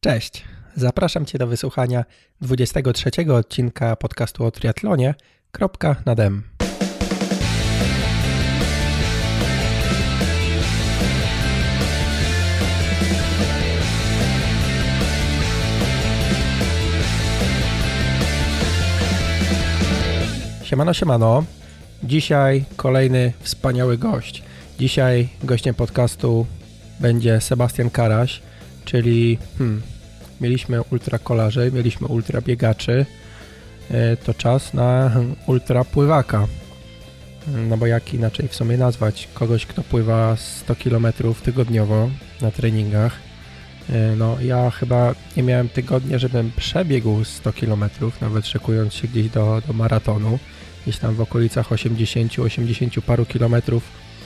Cześć, zapraszam Cię do wysłuchania 23 odcinka podcastu o triatlonie. Nad M. Siemano. Dzisiaj kolejny wspaniały gość. Dzisiaj gościem podcastu będzie Sebastian Karaś, czyli mieliśmy ultrakolarzy, mieliśmy ultrabiegaczy, to czas na ultrapływaka. No bo jak inaczej w sumie nazwać kogoś, kto pływa 100 km tygodniowo na treningach. No ja chyba nie miałem tygodnia, żebym przebiegł 100 km, nawet szykując się gdzieś do maratonu. Gdzieś tam w okolicach 80 paru kilometrów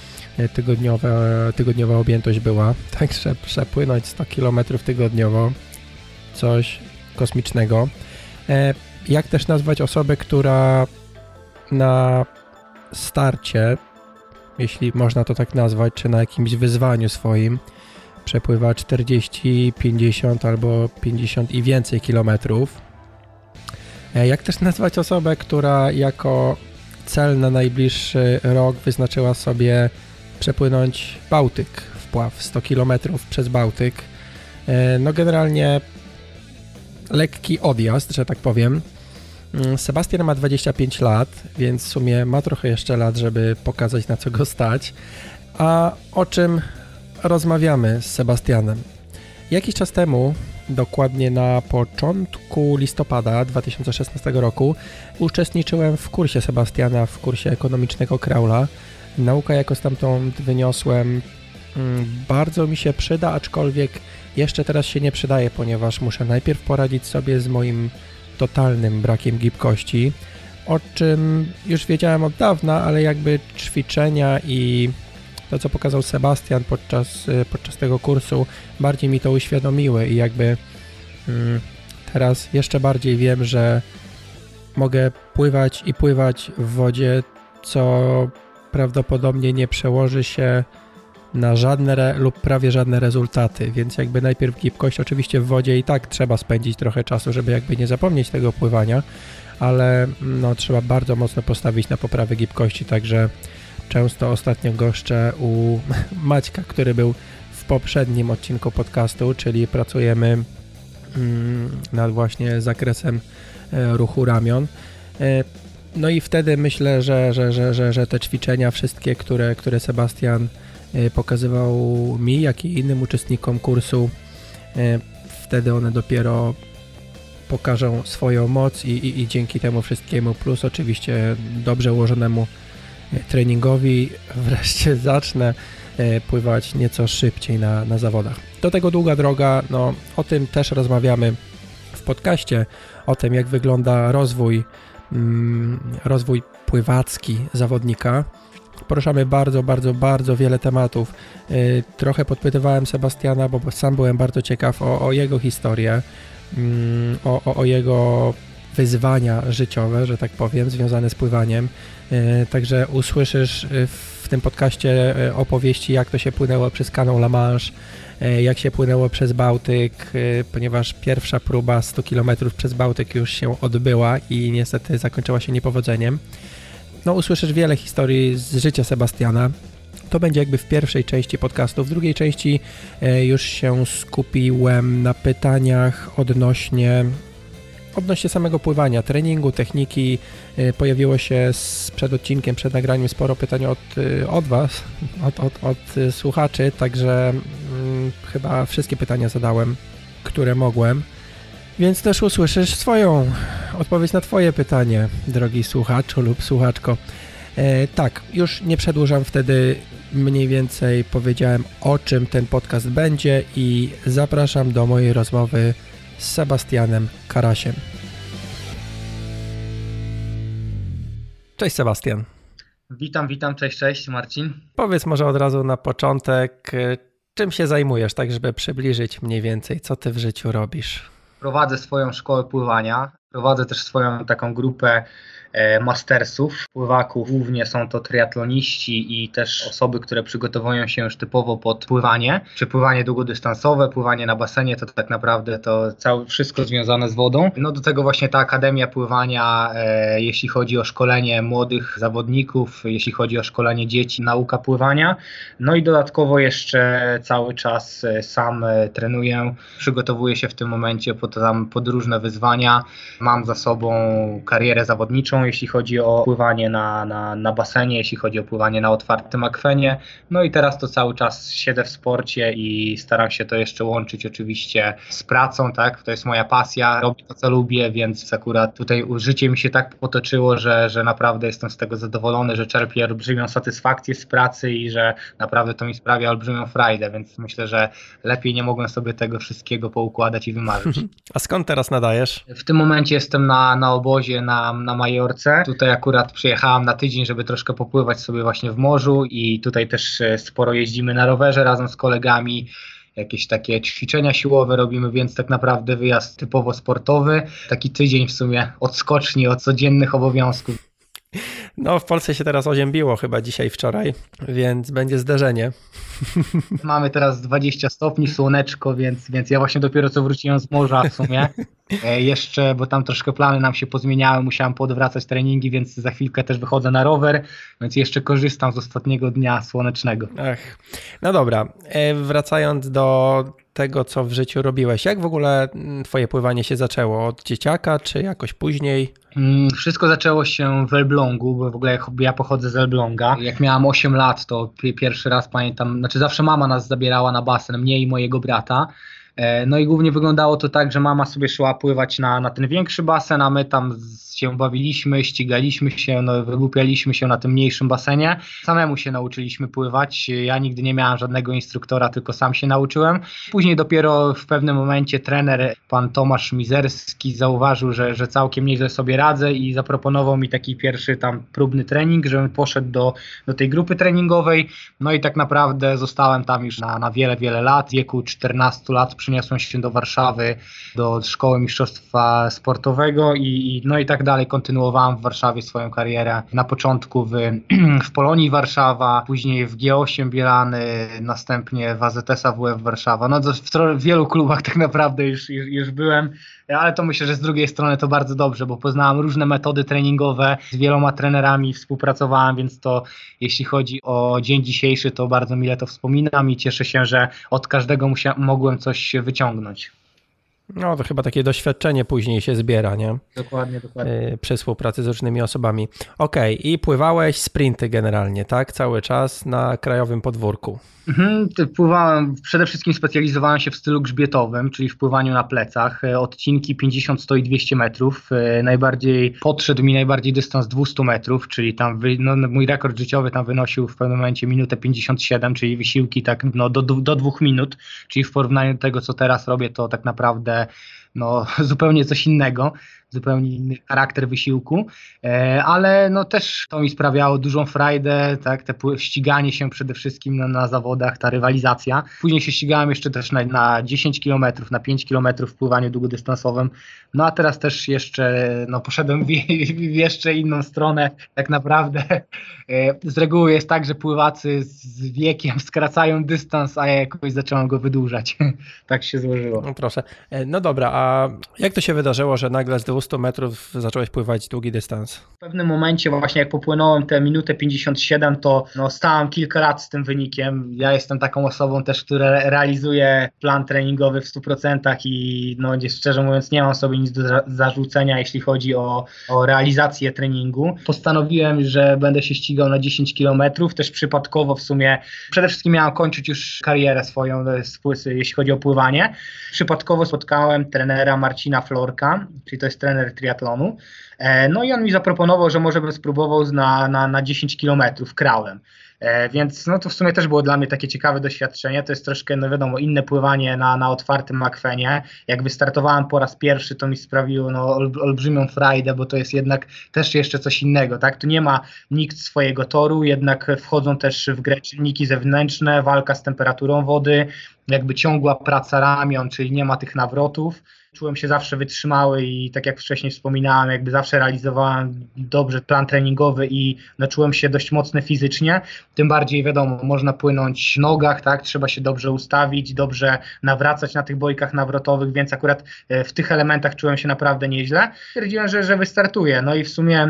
tygodniowa objętość była. Także przepłynąć 100 km tygodniowo, coś kosmicznego. Jak też nazwać osobę, która na starcie, jeśli można to tak nazwać, czy na jakimś wyzwaniu swoim, przepływa 40, 50 albo 50 i więcej kilometrów. Jak też nazwać osobę, która jako cel na najbliższy rok wyznaczyła sobie przepłynąć Bałtyk, wpław 100 km przez Bałtyk. No generalnie lekki odjazd, że tak powiem. Sebastian ma 25 lat, więc w sumie ma trochę jeszcze lat, żeby pokazać, na co go stać. A o czym rozmawiamy z Sebastianem? Jakiś czas temu, dokładnie na początku listopada 2016 roku, uczestniczyłem w kursie Sebastiana, w kursie ekonomicznego Kraula. Nauka, jaką stamtąd wyniosłem, bardzo mi się przyda, aczkolwiek jeszcze teraz się nie przydaje, ponieważ muszę najpierw poradzić sobie z moim totalnym brakiem gibkości, o czym już wiedziałem od dawna, ale jakby ćwiczenia i to, co pokazał Sebastian podczas tego kursu, bardziej mi to uświadomiły i jakby teraz jeszcze bardziej wiem, że mogę pływać w wodzie, co prawdopodobnie nie przełoży się na żadne lub prawie żadne rezultaty, więc jakby najpierw gibkość, oczywiście w wodzie i tak trzeba spędzić trochę czasu, żeby jakby nie zapomnieć tego pływania, ale no, trzeba bardzo mocno postawić na poprawę gibkości, także często ostatnio goszczę u Maćka, który był w poprzednim odcinku podcastu, czyli pracujemy nad właśnie zakresem ruchu ramion. No i wtedy myślę, że te ćwiczenia wszystkie, które Sebastian pokazywał mi, jak i innym uczestnikom kursu, wtedy one dopiero pokażą swoją moc i dzięki temu wszystkiemu, plus oczywiście dobrze ułożonemu treningowi, wreszcie zacznę pływać nieco szybciej na zawodach. Do tego długa droga, no o tym też rozmawiamy w podcaście, o tym, jak wygląda rozwój pływacki zawodnika. Poruszamy bardzo wiele tematów. Trochę podpytywałem Sebastiana, bo sam byłem bardzo ciekaw o jego historię, o jego wyzwania życiowe, że tak powiem, związane z pływaniem. Także usłyszysz w tym podcaście opowieści, jak to się płynęło przez kanał La Manche, jak się płynęło przez Bałtyk, ponieważ pierwsza próba 100 km przez Bałtyk już się odbyła i niestety zakończyła się niepowodzeniem. No, usłyszysz wiele historii z życia Sebastiana. To będzie jakby w pierwszej części podcastu. W drugiej części już się skupiłem na pytaniach odnośnie samego pływania, treningu, techniki. Pojawiło się przed odcinkiem, przed nagraniem sporo pytań od Was, od słuchaczy, także chyba wszystkie pytania zadałem, które mogłem. Więc też usłyszysz swoją odpowiedź na Twoje pytanie, drogi słuchaczu lub słuchaczko. Tak, już nie przedłużam, wtedy mniej więcej powiedziałem, o czym ten podcast będzie i zapraszam do mojej rozmowy z Sebastianem Karasiem. Cześć Sebastian. Witam, cześć Marcin. Powiedz może od razu na początek, czym się zajmujesz, tak żeby przybliżyć mniej więcej, co ty w życiu robisz. Prowadzę swoją szkołę pływania. Prowadzę też swoją taką grupę mastersów, pływaków. Głównie są to triatloniści i też osoby, które przygotowują się już typowo pod pływanie, czy pływanie długodystansowe, pływanie na basenie, to tak naprawdę to wszystko związane z wodą. No do tego właśnie ta Akademia Pływania, jeśli chodzi o szkolenie młodych zawodników, jeśli chodzi o szkolenie dzieci, nauka pływania. No i dodatkowo jeszcze cały czas sam trenuję, przygotowuję się w tym momencie pod różne wyzwania. Mam za sobą karierę zawodniczą, jeśli chodzi o pływanie na basenie, jeśli chodzi o pływanie na otwartym akwenie. No i teraz to cały czas siedzę w sporcie i staram się to jeszcze łączyć oczywiście z pracą, tak? To jest moja pasja, robię to, co lubię, więc akurat tutaj życie mi się tak potoczyło, że naprawdę jestem z tego zadowolony, że czerpię olbrzymią satysfakcję z pracy i że naprawdę to mi sprawia olbrzymią frajdę, więc myślę, że lepiej nie mogłem sobie tego wszystkiego poukładać i wymarzyć. A skąd teraz nadajesz? W tym momencie jestem na obozie na Majorce. Tutaj akurat przyjechałam na tydzień, żeby troszkę popływać sobie właśnie w morzu i tutaj też sporo jeździmy na rowerze razem z kolegami. Jakieś takie ćwiczenia siłowe robimy, więc tak naprawdę wyjazd typowo sportowy. Taki tydzień w sumie odskoczni od codziennych obowiązków. No w Polsce się teraz oziębiło chyba dzisiaj, wczoraj, więc będzie zderzenie. Mamy teraz 20 stopni, słoneczko, więc ja właśnie dopiero co wróciłem z morza w sumie. Jeszcze, bo tam troszkę plany nam się pozmieniały, musiałem podwracać treningi, więc za chwilkę też wychodzę na rower, więc jeszcze korzystam z ostatniego dnia słonecznego. Ach, no dobra, wracając do tego, co w życiu robiłeś, jak w ogóle twoje pływanie się zaczęło? Od dzieciaka, czy jakoś później? Wszystko zaczęło się w Elblągu, bo w ogóle ja pochodzę z Elbląga. Jak miałam 8 lat, to pierwszy raz pamiętam, znaczy zawsze mama nas zabierała na basen, mnie i mojego brata. No i głównie wyglądało to tak, że mama sobie szła pływać na ten większy basen, a my tam się bawiliśmy, ścigaliśmy się, no, wygłupialiśmy się na tym mniejszym basenie. Samemu się nauczyliśmy pływać. Ja nigdy nie miałem żadnego instruktora, tylko sam się nauczyłem. Później dopiero w pewnym momencie trener, pan Tomasz Mizerski, zauważył, że całkiem nieźle sobie radzę i zaproponował mi taki pierwszy tam próbny trening, żebym poszedł do tej grupy treningowej. No i tak naprawdę zostałem tam już na wiele, wiele lat. W wieku 14 lat przyniosłem się do Warszawy, do Szkoły Mistrzostwa Sportowego no i tak dalej. Kontynuowałem w Warszawie swoją karierę. Na początku w Polonii Warszawa, później w G8 Bielany, następnie w AZS AWF Warszawa. No w wielu klubach tak naprawdę już byłem, ale to myślę, że z drugiej strony to bardzo dobrze, bo poznałem różne metody treningowe, z wieloma trenerami współpracowałem, więc to jeśli chodzi o dzień dzisiejszy, to bardzo mile to wspominam i cieszę się, że od każdego mogłem coś wyciągnąć. No to chyba takie doświadczenie później się zbiera, nie? Dokładnie. Przy współpracy z różnymi osobami. Okej, i pływałeś sprinty generalnie, tak? Cały czas na krajowym podwórku. Pływałem, przede wszystkim specjalizowałem się w stylu grzbietowym, czyli w pływaniu na plecach. Odcinki 50, 100 i 200 metrów. Podszedł mi najbardziej dystans 200 metrów, czyli tam mój rekord życiowy tam wynosił w pewnym momencie minutę 57, czyli wysiłki tak do 2 minut, czyli w porównaniu do tego, co teraz robię, to tak naprawdę zupełnie coś innego, zupełnie inny charakter wysiłku, ale też to mi sprawiało dużą frajdę, tak, ściganie się przede wszystkim na zawodach, ta rywalizacja. Później się ścigałem jeszcze też na 10 km, na 5 km w pływaniu długodystansowym, a teraz też jeszcze poszedłem w jeszcze inną stronę. Tak naprawdę z reguły jest tak, że pływacy z wiekiem skracają dystans, a ja jakoś zacząłem go wydłużać. Tak się złożyło. No proszę. No dobra, a jak to się wydarzyło, że nagle z 200 metrów zacząłeś pływać długi dystans? W pewnym momencie właśnie jak popłynąłem tę minutę 57, to stałem kilka lat z tym wynikiem. Ja jestem taką osobą też, która realizuje plan treningowy w 100% i szczerze mówiąc nie mam sobie nic do zarzucenia, jeśli chodzi o realizację treningu. Postanowiłem, że będę się ścigał na 10 km, też przypadkowo w sumie. Przede wszystkim miałem kończyć już karierę swoją, jeśli chodzi o pływanie. Przypadkowo spotkałem trenera Marcina Florka, czyli to jest trener triatlonu. I on mi zaproponował, że może bym spróbował na 10 km crawlem. Więc to w sumie też było dla mnie takie ciekawe doświadczenie. To jest troszkę, wiadomo, inne pływanie na otwartym akwenie. Jak wystartowałem po raz pierwszy, to mi sprawiło olbrzymią frajdę, bo to jest jednak też jeszcze coś innego, tak? Tu nie ma nikt swojego toru, jednak wchodzą też w grę czynniki zewnętrzne, walka z temperaturą wody, jakby ciągła praca ramion, czyli nie ma tych nawrotów. Czułem się zawsze wytrzymały i tak jak wcześniej wspominałem, jakby zawsze realizowałem dobrze plan treningowy i no, czułem się dość mocny fizycznie. Tym bardziej wiadomo, można płynąć w nogach, tak? Trzeba się dobrze ustawić, dobrze nawracać na tych bojkach nawrotowych, więc akurat w tych elementach czułem się naprawdę nieźle. Stwierdziłem, że wystartuję. No i w sumie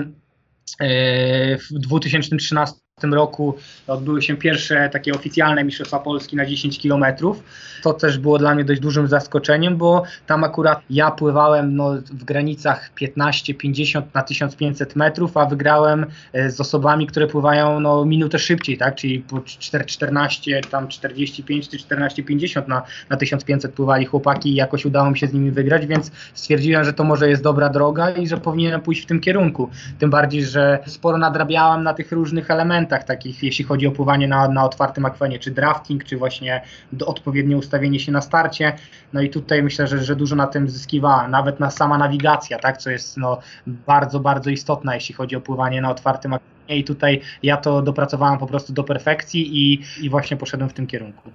w 2013 roku odbyły się pierwsze takie oficjalne Mistrzostwa Polski na 10 km. To też było dla mnie dość dużym zaskoczeniem, bo tam akurat ja pływałem w granicach 15-50 na 1500 metrów, a wygrałem z osobami, które pływają minutę szybciej, tak? Czyli po 4:14, tam 45 czy 14:50 na 1500 pływali chłopaki i jakoś udało mi się z nimi wygrać, więc stwierdziłem, że to może jest dobra droga i że powinienem pójść w tym kierunku. Tym bardziej, że sporo nadrabiałem na tych różnych elementach takich, jeśli chodzi o pływanie na otwartym akwenie, czy drafting, czy właśnie odpowiednie ustawienie się na starcie. No i tutaj myślę, że dużo na tym zyskiwałem, nawet na sama nawigacja, tak, co jest bardzo, bardzo istotna, jeśli chodzi o pływanie na otwartym akwenie i tutaj ja to dopracowałem po prostu do perfekcji i właśnie poszedłem w tym kierunku.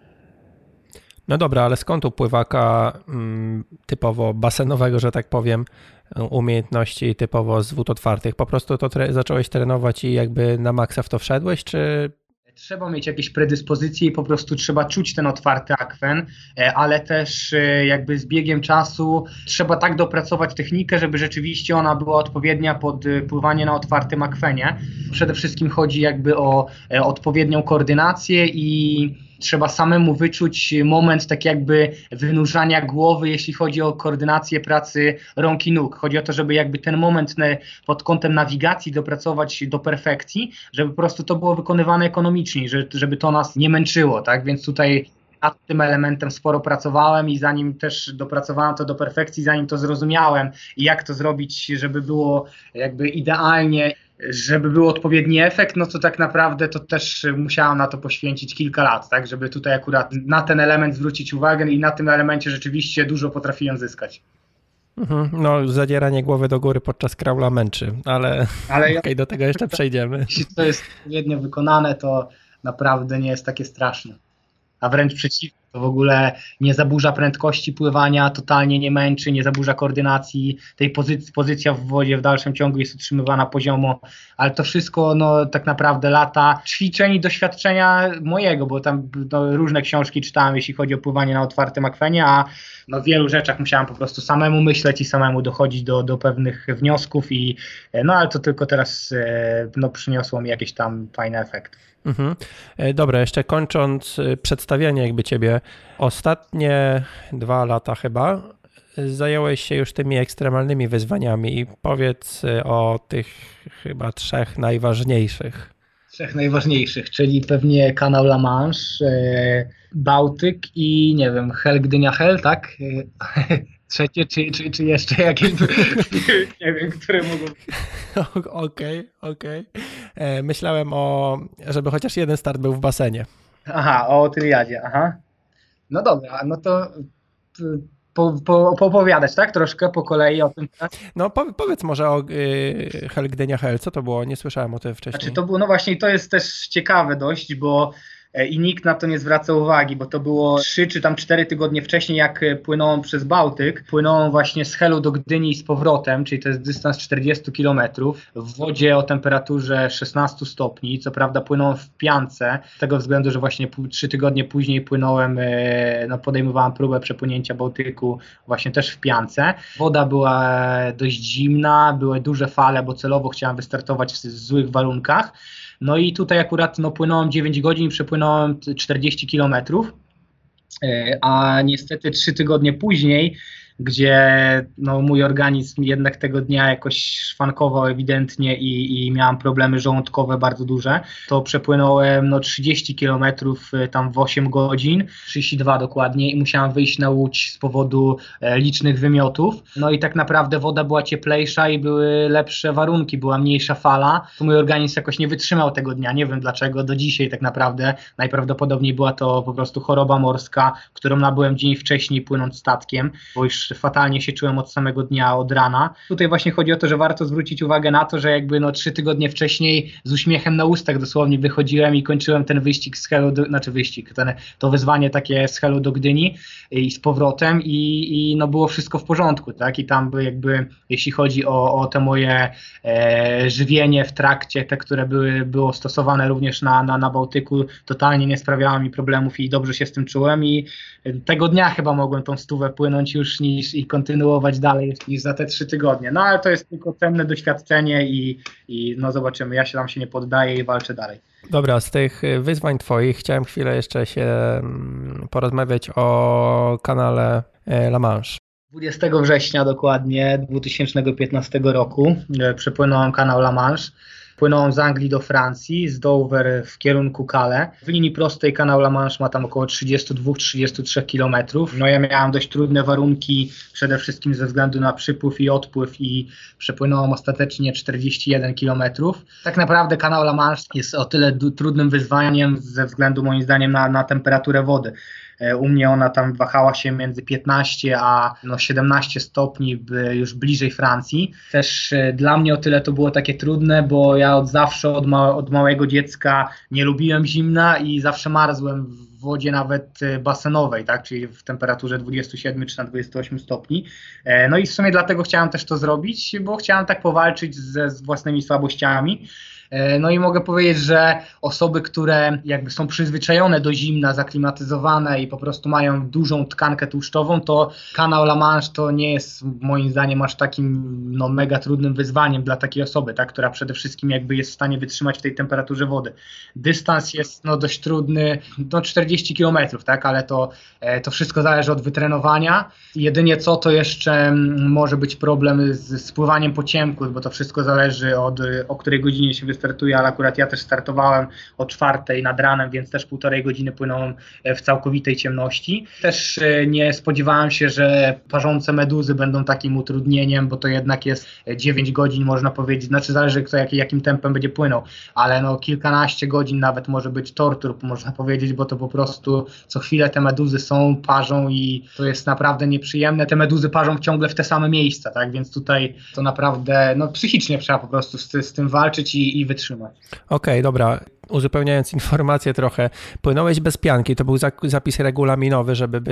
No dobra, ale skąd u pływaka typowo basenowego, że tak powiem, umiejętności typowo z wód otwartych? Po prostu to zacząłeś trenować i jakby na maksa w to wszedłeś, czy... Trzeba mieć jakieś predyspozycje i po prostu trzeba czuć ten otwarty akwen, ale też jakby z biegiem czasu trzeba tak dopracować technikę, żeby rzeczywiście ona była odpowiednia pod pływanie na otwartym akwenie. Przede wszystkim chodzi jakby o odpowiednią koordynację i trzeba samemu wyczuć moment tak jakby wynurzania głowy, jeśli chodzi o koordynację pracy rąk i nóg. Chodzi o to, żeby jakby ten moment pod kątem nawigacji dopracować do perfekcji, żeby po prostu to było wykonywane ekonomicznie, żeby to nas nie męczyło, tak? Więc tutaj nad tym elementem sporo pracowałem i zanim też dopracowałem to do perfekcji, zanim to zrozumiałem i jak to zrobić, żeby było jakby idealnie, żeby był odpowiedni efekt, no to tak naprawdę to też musiałem na to poświęcić kilka lat, tak, żeby tutaj akurat na ten element zwrócić uwagę i na tym elemencie rzeczywiście dużo potrafiłem zyskać. No, zadzieranie głowy do góry podczas kraula męczy, ale okej, do tego jeszcze przejdziemy. Jeśli to jest odpowiednio wykonane, to naprawdę nie jest takie straszne. A wręcz przeciwnie, to w ogóle nie zaburza prędkości pływania, totalnie nie męczy, nie zaburza koordynacji, tej pozycja w wodzie w dalszym ciągu jest utrzymywana poziomo, ale to wszystko tak naprawdę lata ćwiczeń i doświadczenia mojego, bo tam różne książki czytałem, jeśli chodzi o pływanie na otwartym akwenie, a w wielu rzeczach musiałem po prostu samemu myśleć i samemu dochodzić do pewnych wniosków ale to tylko teraz przyniosło mi jakieś tam fajne efekty. Dobra, jeszcze kończąc przedstawianie jakby ciebie, ostatnie 2 lata chyba zająłeś się już tymi ekstremalnymi wyzwaniami i powiedz o tych chyba 3 najważniejszych. 3 najważniejszych, czyli pewnie kanał La Manche, Bałtyk i nie wiem, Hel Gdynia-Hel, tak? Trzecie, czy jeszcze jakieś, nie wiem, które mogą być. Okej. Myślałem żeby chociaż jeden start był w basenie. Aha, o Tyliadzie, aha. No dobra, no to poopowiadać, tak? Troszkę po kolei o tym. Tak? No powiedz może o Hel Gdynia-Hel, co to było? Nie słyszałem o tym wcześniej. Znaczy to było, no właśnie to jest też ciekawe dość, bo i nikt na to nie zwraca uwagi, bo to było 3 czy tam 4 tygodnie wcześniej, jak płynąłem przez Bałtyk. Płynąłem właśnie z Helu do Gdyni i z powrotem, czyli to jest dystans 40 km w wodzie o temperaturze 16 stopni. Co prawda płynąłem w piance, z tego względu, że właśnie 3 tygodnie później płynąłem, podejmowałem próbę przepłynięcia Bałtyku właśnie też w piance. Woda była dość zimna, były duże fale, bo celowo chciałem wystartować w złych warunkach. No i tutaj akurat płynąłem 9 godzin i przepłynąłem 40 km, a niestety 3 tygodnie później, gdzie mój organizm jednak tego dnia jakoś szwankował ewidentnie i miałem problemy żołądkowe bardzo duże, to przepłynąłem 30 km tam w 8 godzin, 32 dokładnie i musiałem wyjść na łódź z powodu licznych wymiotów. No i tak naprawdę woda była cieplejsza i były lepsze warunki, była mniejsza fala. To mój organizm jakoś nie wytrzymał tego dnia, nie wiem dlaczego, do dzisiaj tak naprawdę. Najprawdopodobniej była to po prostu choroba morska, którą nabyłem dzień wcześniej płynąc statkiem, bo już też fatalnie się czułem od samego dnia, od rana. Tutaj właśnie chodzi o to, że warto zwrócić uwagę na to, że jakby 3 tygodnie wcześniej z uśmiechem na ustach dosłownie wychodziłem i kończyłem ten wyścig z Helu, to wyzwanie takie z Helu do Gdyni i z powrotem i no było wszystko w porządku, tak? I tam jakby, jeśli chodzi o te moje żywienie w trakcie, te, które było stosowane również na Bałtyku, totalnie nie sprawiało mi problemów i dobrze się z tym czułem i tego dnia chyba mogłem tą 100 płynąć już i kontynuować dalej niż za te 3 tygodnie. No ale to jest tylko cenne doświadczenie i no zobaczymy, ja się tam nie poddaję i walczę dalej. Dobra, z tych wyzwań twoich chciałem chwilę jeszcze się porozmawiać o kanale La Manche. 20 września dokładnie 2015 roku przepłynąłem kanał La Manche. Płynąłem z Anglii do Francji, z Dover w kierunku Calais. W linii prostej kanał La Manche ma tam około 32-33 km. No ja miałem dość trudne warunki, przede wszystkim ze względu na przypływ i odpływ i przepłynąłem ostatecznie 41 km. Tak naprawdę kanał La Manche jest o tyle trudnym wyzwaniem ze względu moim zdaniem na temperaturę wody. U mnie ona tam wahała się między 15 a 17 stopni już bliżej Francji. Też dla mnie o tyle to było takie trudne, bo ja od zawsze, od małego dziecka nie lubiłem zimna i zawsze marzłem w wodzie nawet basenowej, tak, czyli w temperaturze 27 czy na 28 stopni. No i w sumie dlatego chciałem też to zrobić, bo chciałem tak powalczyć z własnymi słabościami. No i mogę powiedzieć, że osoby, które jakby są przyzwyczajone do zimna, zaklimatyzowane i po prostu mają dużą tkankę tłuszczową, to kanał La Manche to nie jest moim zdaniem aż takim mega trudnym wyzwaniem dla takiej osoby, tak, która przede wszystkim jakby jest w stanie wytrzymać w tej temperaturze wody. Dystans jest dość trudny, 40 km, tak, ale to wszystko zależy od wytrenowania. Jedynie co to jeszcze może być problem z pływaniem po ciemku, bo to wszystko zależy o której godzinie się wystartuje, ale akurat ja też startowałem o 4 nad ranem, więc też 1,5 godziny płynąłem w całkowitej ciemności. Też nie spodziewałem się, że parzące meduzy będą takim utrudnieniem, bo to jednak jest 9 godzin, można powiedzieć, znaczy zależy kto jakim tempem będzie płynął, ale kilkanaście godzin nawet może być tortur, można powiedzieć, bo to po prostu co chwilę te meduzy parzą i to jest naprawdę nieprzyjemne. Te meduzy parzą ciągle w te same miejsca, tak, więc tutaj to naprawdę psychicznie trzeba po prostu z tym walczyć i wytrzymać. Okej, dobra. Uzupełniając informację trochę, płynąłeś bez pianki, to był zapis regulaminowy,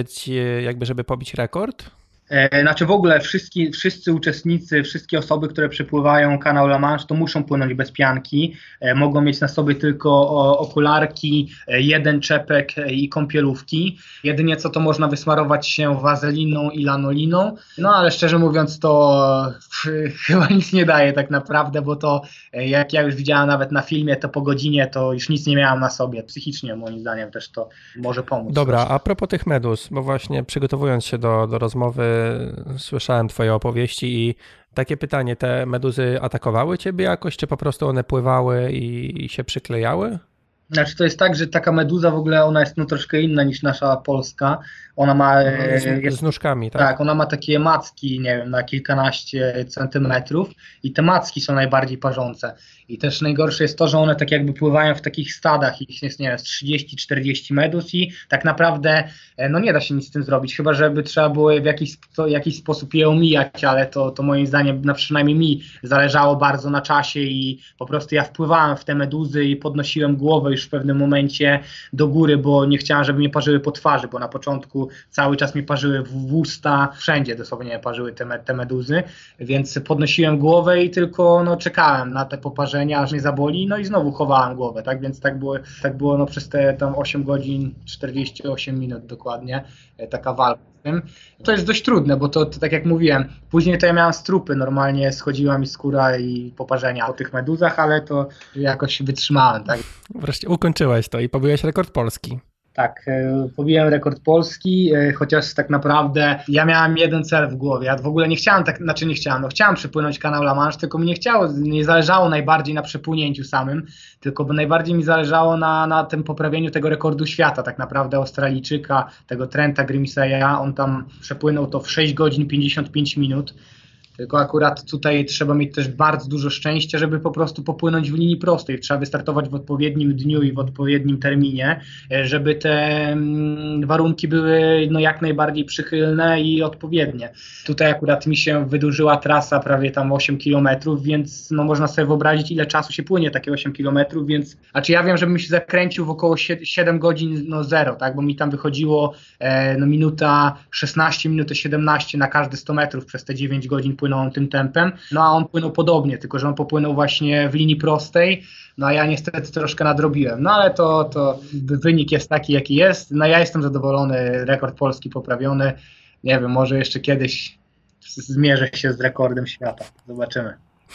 żeby pobić rekord? Znaczy w ogóle wszyscy uczestnicy, wszystkie osoby, które przepływają kanał La Manche, to muszą płynąć bez pianki, mogą mieć na sobie tylko okularki, jeden czepek i kąpielówki. Jedynie co to można wysmarować się wazeliną i lanoliną, ale szczerze mówiąc to chyba nic nie daje tak naprawdę, bo to jak ja już widziałem nawet na filmie, to po godzinie to już nic nie miałem na sobie. Psychicznie moim zdaniem też to może pomóc. Dobra, a propos tych meduz, bo właśnie przygotowując się do rozmowy słyszałem twoje opowieści i takie pytanie, te meduzy atakowały ciebie jakoś, czy po prostu one pływały i się przyklejały? Znaczy to jest tak, że taka meduza w ogóle ona jest troszkę inna niż nasza polska. Ona ma z nóżkami, tak? Tak, ona ma takie macki, nie wiem, na kilkanaście centymetrów i te macki są najbardziej parzące. I też najgorsze jest to, że one tak jakby pływają w takich stadach, ich jest, nie wiem, 30-40 meduz i tak naprawdę nie da się nic z tym zrobić, chyba żeby trzeba było w jakiś sposób je omijać, ale to moim zdaniem, przynajmniej mi zależało bardzo na czasie i po prostu ja wpływałem w te meduzy i podnosiłem głowę już w pewnym momencie do góry, bo nie chciałem, żeby mnie parzyły po twarzy, bo na początku cały czas mnie parzyły w usta, wszędzie dosłownie mnie parzyły te meduzy, więc podnosiłem głowę i tylko czekałem na te poparzenia, aż mnie zaboli, i znowu chowałem głowę, tak, więc tak było przez te tam 8 godzin, 48 minut dokładnie, taka walka z tym. To jest dość trudne, bo to tak jak mówiłem, później to ja miałem strupy, normalnie schodziła mi skóra i poparzenia po tych meduzach, ale to jakoś wytrzymałem, tak. Wreszcie ukończyłeś to i pobiłeś rekord polski. Tak, pobiłem rekord polski, chociaż tak naprawdę ja miałem jeden cel w głowie. Ja w ogóle nie chciałem, chciałem przepłynąć kanał La Manche, tylko mi nie zależało najbardziej na przepłynięciu samym, tylko najbardziej mi zależało na tym poprawieniu tego rekordu świata, tak naprawdę Australijczyka, tego Trenta Grimseya. On tam przepłynął to w 6 godzin 55 minut. Tylko akurat tutaj trzeba mieć też bardzo dużo szczęścia, żeby po prostu popłynąć w linii prostej. Trzeba wystartować w odpowiednim dniu i w odpowiednim terminie, żeby te warunki były no jak najbardziej przychylne i odpowiednie. Tutaj akurat mi się wydłużyła trasa prawie tam 8 km, więc no można sobie wyobrazić, ile czasu się płynie takie 8 km, więc ja wiem, żebym się zakręcił w około 7 godzin no zero, tak, bo mi tam wychodziło no minuta 16, minuta 17 na każde 100 metrów przez te 9 godzin płynąłem tym tempem, no a on płynął podobnie, tylko że on popłynął właśnie w linii prostej, no a ja niestety troszkę nadrobiłem, no ale to wynik jest taki, jaki jest, no ja jestem zadowolony, rekord polski poprawiony, nie wiem, może jeszcze kiedyś zmierzę się z rekordem świata, zobaczymy.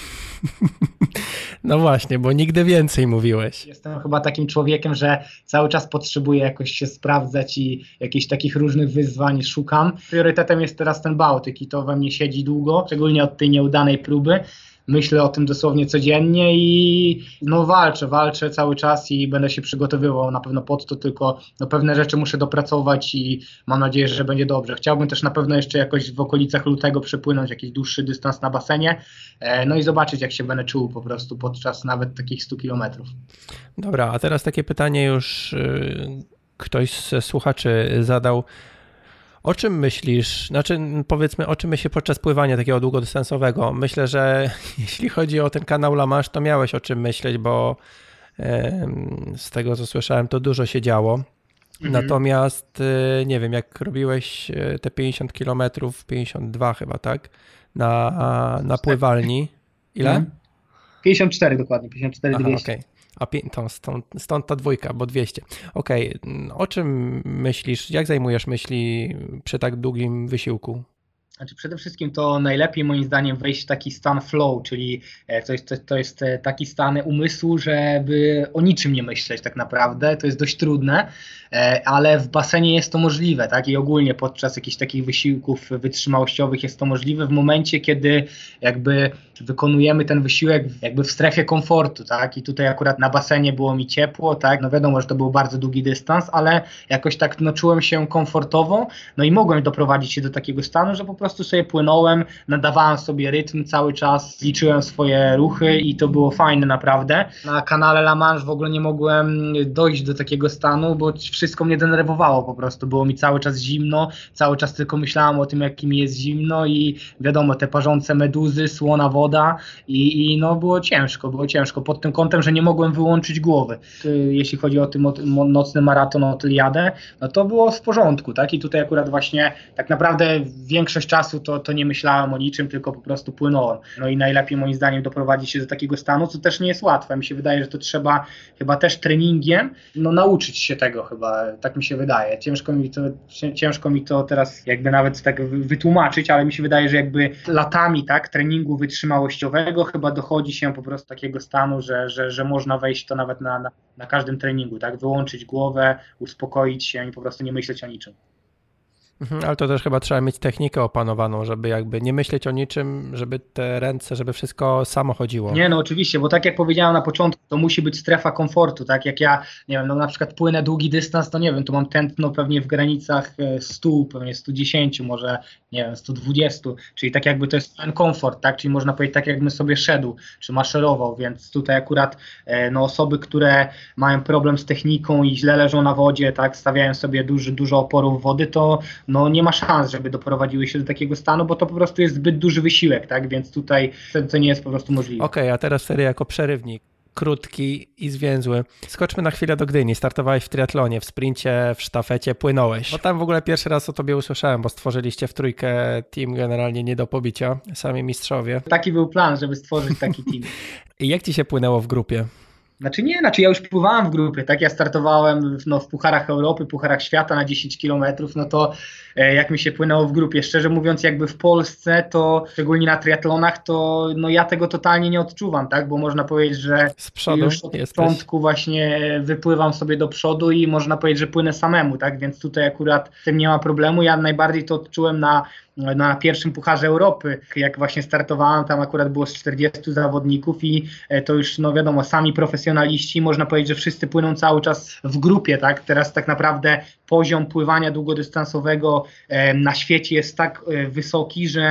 No właśnie, bo nigdy więcej mówiłeś. Jestem chyba takim człowiekiem, że cały czas potrzebuję jakoś się sprawdzać i jakichś takich różnych wyzwań szukam. Priorytetem jest teraz ten Bałtyk i to we mnie siedzi długo, szczególnie od tej nieudanej próby. Myślę o tym dosłownie codziennie i no walczę cały czas i będę się przygotowywał na pewno pod to, tylko no pewne rzeczy muszę dopracować i mam nadzieję, że będzie dobrze. Chciałbym też na pewno jeszcze jakoś w okolicach lutego przepłynąć jakiś dłuższy dystans na basenie, no i zobaczyć, jak się będę czuł po prostu podczas nawet takich 100 kilometrów. Dobra, a teraz takie pytanie już ktoś z słuchaczy zadał. O czym myślisz, powiedzmy, o czym myślisz podczas pływania takiego długodystansowego? Myślę, że jeśli chodzi o ten kanał La Manche, to miałeś o czym myśleć, bo z tego, co słyszałem, to dużo się działo. Natomiast nie wiem, jak robiłeś te 50 km, 52 chyba, tak? Na pływalni. Ile? 54 dokładnie, 54 200. Okay. A stąd ta dwójka, bo 200. Okej, o czym myślisz, jak zajmujesz myśli przy tak długim wysiłku? Znaczy przede wszystkim to najlepiej moim zdaniem wejść w taki stan flow, czyli to jest taki stan umysłu, żeby o niczym nie myśleć tak naprawdę, to jest dość trudne, ale w basenie jest to możliwe, tak, i ogólnie podczas jakichś takich wysiłków wytrzymałościowych jest to możliwe w momencie, kiedy jakby wykonujemy ten wysiłek jakby w strefie komfortu, tak, i tutaj akurat na basenie było mi ciepło, tak, no wiadomo, że to był bardzo długi dystans, ale jakoś tak no czułem się komfortowo, no i mogłem doprowadzić się do takiego stanu, że po prostu sobie płynąłem, nadawałem sobie rytm cały czas, liczyłem swoje ruchy i to było fajne naprawdę. Na kanale La Manche w ogóle nie mogłem dojść do takiego stanu, bo wszystko mnie denerwowało po prostu, było mi cały czas zimno, cały czas tylko myślałem o tym, jak mi jest zimno i wiadomo, te parzące meduzy, słona woda i no było ciężko pod tym kątem, że nie mogłem wyłączyć głowy. Jeśli chodzi o ten nocny maraton od Iliadę, no to było w porządku, tak, i tutaj akurat właśnie tak naprawdę większość czasu to nie myślałem o niczym, tylko po prostu płynąłem. No i najlepiej moim zdaniem doprowadzić się do takiego stanu, co też nie jest łatwe. Mi się wydaje, że to trzeba chyba też treningiem nauczyć się tego chyba, tak mi się wydaje. Ciężko mi to teraz jakby nawet tak wytłumaczyć, ale mi się wydaje, że jakby latami tak treningu wytrzymałościowego chyba dochodzi się po prostu takiego stanu, że można wejść to nawet na każdym treningu, tak, wyłączyć głowę, uspokoić się i po prostu nie myśleć o niczym. Ale to też chyba trzeba mieć technikę opanowaną, żeby jakby nie myśleć o niczym, żeby te ręce, żeby wszystko samo chodziło. Nie, no oczywiście, bo tak jak powiedziałem na początku, to musi być strefa komfortu, tak jak ja, nie wiem, no na przykład płynę długi dystans, to nie wiem, to mam tętno pewnie w granicach 100, pewnie 110, może nie wiem, 120, czyli tak jakby to jest ten komfort, tak, czyli można powiedzieć tak jakbym sobie szedł, czy maszerował, więc tutaj akurat no osoby, które mają problem z techniką i źle leżą na wodzie, tak, stawiają sobie dużo oporów wody, to no nie ma szans, żeby doprowadziły się do takiego stanu, bo to po prostu jest zbyt duży wysiłek, tak, więc tutaj to nie jest po prostu możliwe. Okej, a teraz wtedy jako przerywnik, krótki i zwięzły. Skoczmy na chwilę do Gdyni. Startowałeś w triatlonie, w sprincie, w sztafecie, płynąłeś. Bo tam w ogóle pierwszy raz o tobie usłyszałem, bo stworzyliście w trójkę team generalnie nie do pobicia, sami mistrzowie. Taki był plan, żeby stworzyć taki team. I jak ci się płynęło w grupie? Znaczy ja już pływałem w grupie, tak, ja startowałem w Pucharach Europy, Pucharach Świata na 10 km, no to jak mi się płynęło w grupie, szczerze mówiąc jakby w Polsce, to szczególnie na triatlonach, to no ja tego totalnie nie odczuwam, tak, bo można powiedzieć, że z przodu już od początku właśnie wypływam sobie do przodu i można powiedzieć, że płynę samemu, tak, więc tutaj akurat z tym nie ma problemu, ja najbardziej to odczułem na pierwszym Pucharze Europy, jak właśnie startowałem, tam akurat było z 40 zawodników i to już, no wiadomo, sami profesjonaliści, można powiedzieć, że wszyscy płyną cały czas w grupie, tak, teraz tak naprawdę poziom pływania długodystansowego na świecie jest tak wysoki, że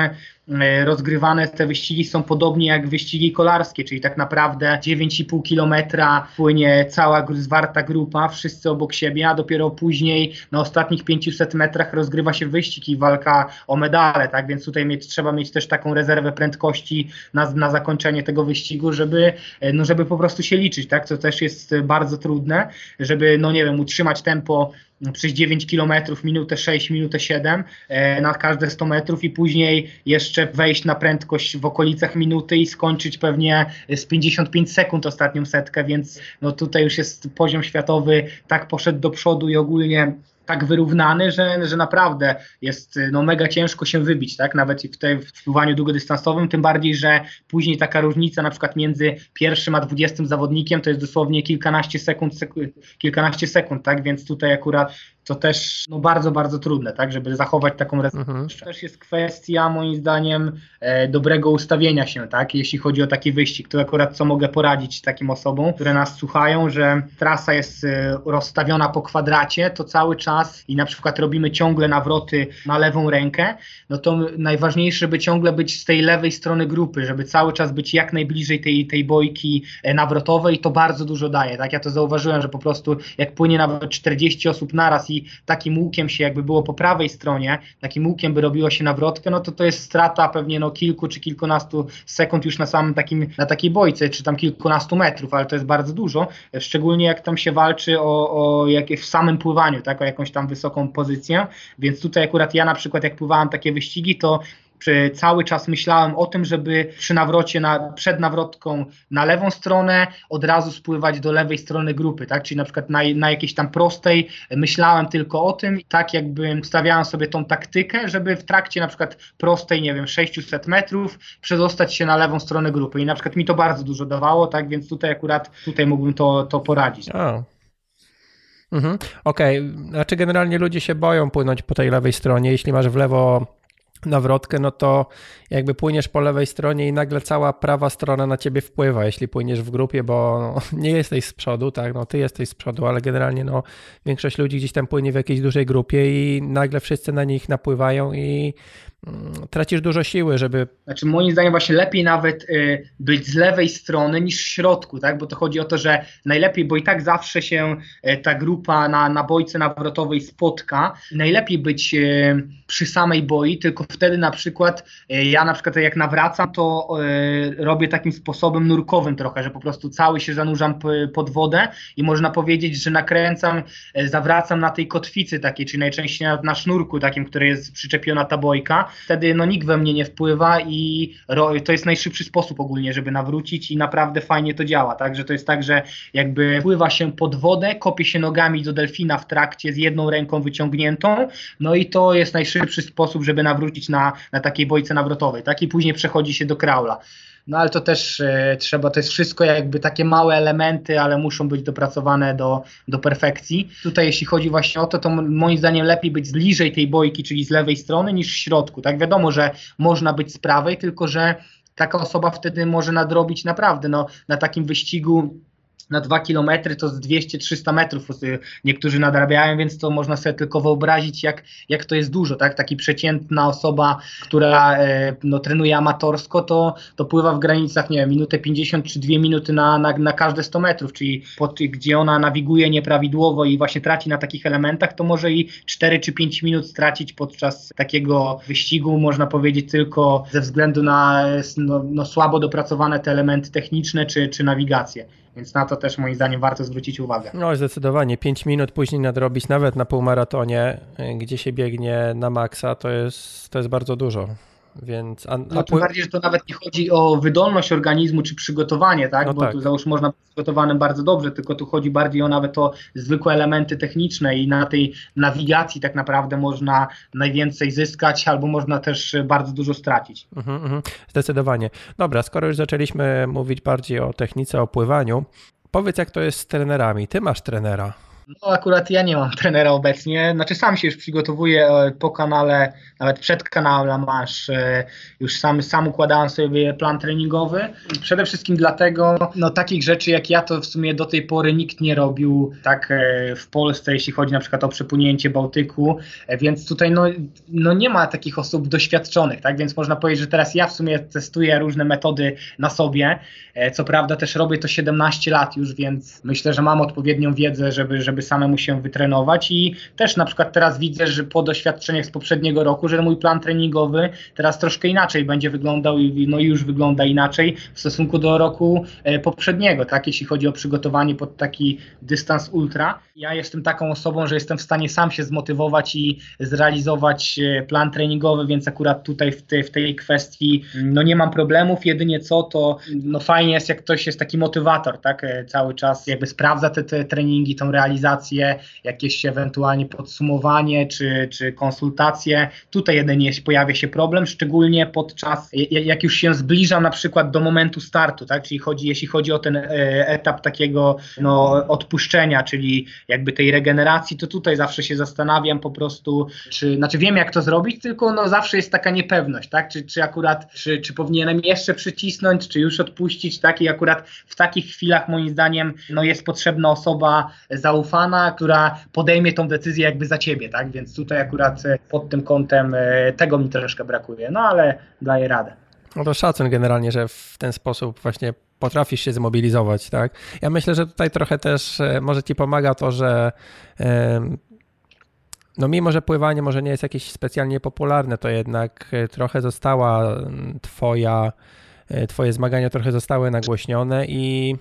rozgrywane te wyścigi są podobnie jak wyścigi kolarskie, czyli tak naprawdę 9,5 kilometra płynie cała zwarta grupa, wszyscy obok siebie, a dopiero później na ostatnich 500 metrach rozgrywa się wyścig i walka o medale, tak, więc tutaj trzeba mieć też taką rezerwę prędkości na zakończenie tego wyścigu, żeby po prostu się liczyć, tak, co też jest bardzo trudne, żeby, no nie wiem, utrzymać tempo przez 9 km, minutę 6, minutę 7 na każde 100 metrów i później jeszcze wejść na prędkość w okolicach minuty i skończyć pewnie z 55 sekund ostatnią setkę, więc no tutaj już jest poziom światowy tak poszedł do przodu i ogólnie tak wyrównany, że naprawdę jest no mega ciężko się wybić, tak? Nawet w pływaniu długodystansowym, tym bardziej, że później taka różnica na przykład między pierwszym a 20 zawodnikiem to jest dosłownie kilkanaście sekund, tak? Więc tutaj akurat to też no bardzo, bardzo trudne, tak? Żeby zachować taką rezerwę. To też jest kwestia moim zdaniem dobrego ustawienia się, tak? Jeśli chodzi o taki wyścig, to akurat co mogę poradzić takim osobom, które nas słuchają, że trasa jest rozstawiona po kwadracie, to cały czas i na przykład robimy ciągle nawroty na lewą rękę, no to najważniejsze, żeby ciągle być z tej lewej strony grupy, żeby cały czas być jak najbliżej tej bojki nawrotowej i to bardzo dużo daje, tak? Ja to zauważyłem, że po prostu jak płynie nawet 40 osób naraz i takim łukiem się jakby było po prawej stronie, takim łukiem by robiło się nawrotkę, no to jest strata pewnie no kilku czy kilkunastu sekund już na takiej bojce, czy tam kilkunastu metrów, ale to jest bardzo dużo, szczególnie jak tam się walczy w samym pływaniu, tak? O jakąś tam wysoką pozycję, więc tutaj akurat ja na przykład jak pływałem takie wyścigi, to cały czas myślałem o tym, żeby przy nawrocie, przed nawrotką na lewą stronę od razu spływać do lewej strony grupy, tak? Czyli na przykład na jakiejś tam prostej myślałem tylko o tym, tak jakby stawiałem sobie tą taktykę, żeby w trakcie na przykład prostej, nie wiem, 600 metrów przedostać się na lewą stronę grupy i na przykład mi to bardzo dużo dawało, tak? Więc tutaj mógłbym to poradzić. Okej. Znaczy generalnie ludzie się boją płynąć po tej lewej stronie, jeśli masz w lewo nawrotkę, no to jakby płyniesz po lewej stronie i nagle cała prawa strona na ciebie wpływa, jeśli płyniesz w grupie, bo nie jesteś z przodu, tak, no ty jesteś z przodu, ale generalnie no większość ludzi gdzieś tam płynie w jakiejś dużej grupie i nagle wszyscy na nich napływają i tracisz dużo siły, żeby... Znaczy moim zdaniem właśnie lepiej nawet być z lewej strony niż w środku, tak? Bo to chodzi o to, że najlepiej, bo i tak zawsze się ta grupa na bojce nawrotowej spotka. Najlepiej być przy samej boi, tylko wtedy na przykład ja na przykład jak nawracam, to robię takim sposobem nurkowym trochę, że po prostu cały się zanurzam pod wodę i można powiedzieć, że zawracam na tej kotwicy takiej, czyli najczęściej na sznurku takim, który jest przyczepiona ta bojka. Wtedy no nikt we mnie nie wpływa i to jest najszybszy sposób ogólnie, żeby nawrócić i naprawdę fajnie to działa, tak, że to jest tak, że jakby pływa się pod wodę, kopie się nogami do delfina w trakcie z jedną ręką wyciągniętą, no i to jest najszybszy sposób, żeby nawrócić na takiej bojce nawrotowej, tak, i później przechodzi się do kraula. No ale to też to jest wszystko jakby takie małe elementy, ale muszą być dopracowane do perfekcji. Tutaj jeśli chodzi właśnie o to moim zdaniem lepiej być bliżej tej bojki, czyli z lewej strony niż w środku. Tak, wiadomo, że można być z prawej, tylko że taka osoba wtedy może nadrobić naprawdę na takim wyścigu na 2 km to z 200-300 metrów niektórzy nadrabiają, więc to można sobie tylko wyobrazić, jak to jest dużo, tak? Taki przeciętna osoba, która trenuje amatorsko, to pływa w granicach, nie wiem, minutę 50 czy 2 minuty na każde 100 metrów, czyli gdzie ona nawiguje nieprawidłowo i właśnie traci na takich elementach, to może i 4 czy 5 minut stracić podczas takiego wyścigu, można powiedzieć tylko ze względu na słabo dopracowane te elementy techniczne czy nawigację. Więc na to też moim zdaniem warto zwrócić uwagę. No zdecydowanie, 5 minut później nadrobić nawet na półmaratonie, gdzie się biegnie na maksa, to jest bardzo dużo. Więc, tym bardziej, że to nawet nie chodzi o wydolność organizmu czy przygotowanie, tak? No bo tak. Tu załóż można być przygotowanym bardzo dobrze, tylko tu chodzi bardziej nawet o zwykłe elementy techniczne i na tej nawigacji tak naprawdę można najwięcej zyskać albo można też bardzo dużo stracić. Zdecydowanie. Dobra, skoro już zaczęliśmy mówić bardziej o technice, o pływaniu, powiedz jak to jest z trenerami. Ty masz trenera. No akurat ja nie mam trenera obecnie, znaczy sam się już przygotowuję po kanale, nawet przed kanałem masz, już sam układałem sobie plan treningowy. Przede wszystkim dlatego, no takich rzeczy jak ja to w sumie do tej pory nikt nie robił tak w Polsce, jeśli chodzi na przykład o przepłynięcie Bałtyku, więc tutaj no nie ma takich osób doświadczonych, tak, więc można powiedzieć, że teraz ja w sumie testuję różne metody na sobie, co prawda też robię to 17 lat już, więc myślę, że mam odpowiednią wiedzę, żeby samemu się wytrenować i też na przykład teraz widzę, że po doświadczeniach z poprzedniego roku, że mój plan treningowy teraz troszkę inaczej będzie wyglądał i no już wygląda inaczej w stosunku do roku poprzedniego, tak, jeśli chodzi o przygotowanie pod taki dystans ultra. Ja jestem taką osobą, że jestem w stanie sam się zmotywować i zrealizować plan treningowy, więc akurat tutaj w tej kwestii no nie mam problemów, jedynie co to no fajnie jest, jak ktoś jest taki motywator, tak, cały czas jakby sprawdza te treningi, tą realizację, jakieś ewentualnie podsumowanie czy konsultacje. Tutaj jedynie pojawia się problem, szczególnie podczas, jak już się zbliżam na przykład do momentu startu, tak, czyli jeśli chodzi o ten etap takiego no, odpuszczenia, czyli jakby tej regeneracji, to tutaj zawsze się zastanawiam po prostu, znaczy wiem jak to zrobić, tylko no zawsze jest taka niepewność, tak, czy akurat, czy powinienem jeszcze przycisnąć, czy już odpuścić, tak, i akurat w takich chwilach moim zdaniem no jest potrzebna osoba zaufana, która podejmie tą decyzję jakby za ciebie, tak, więc tutaj akurat pod tym kątem tego mi troszkę brakuje, no ale daję radę. No to szacun generalnie, że w ten sposób właśnie potrafisz się zmobilizować, tak? Ja myślę, że tutaj trochę też może ci pomaga to, że no mimo, że pływanie może nie jest jakieś specjalnie popularne, to jednak trochę została twoje zmagania trochę zostały nagłośnione i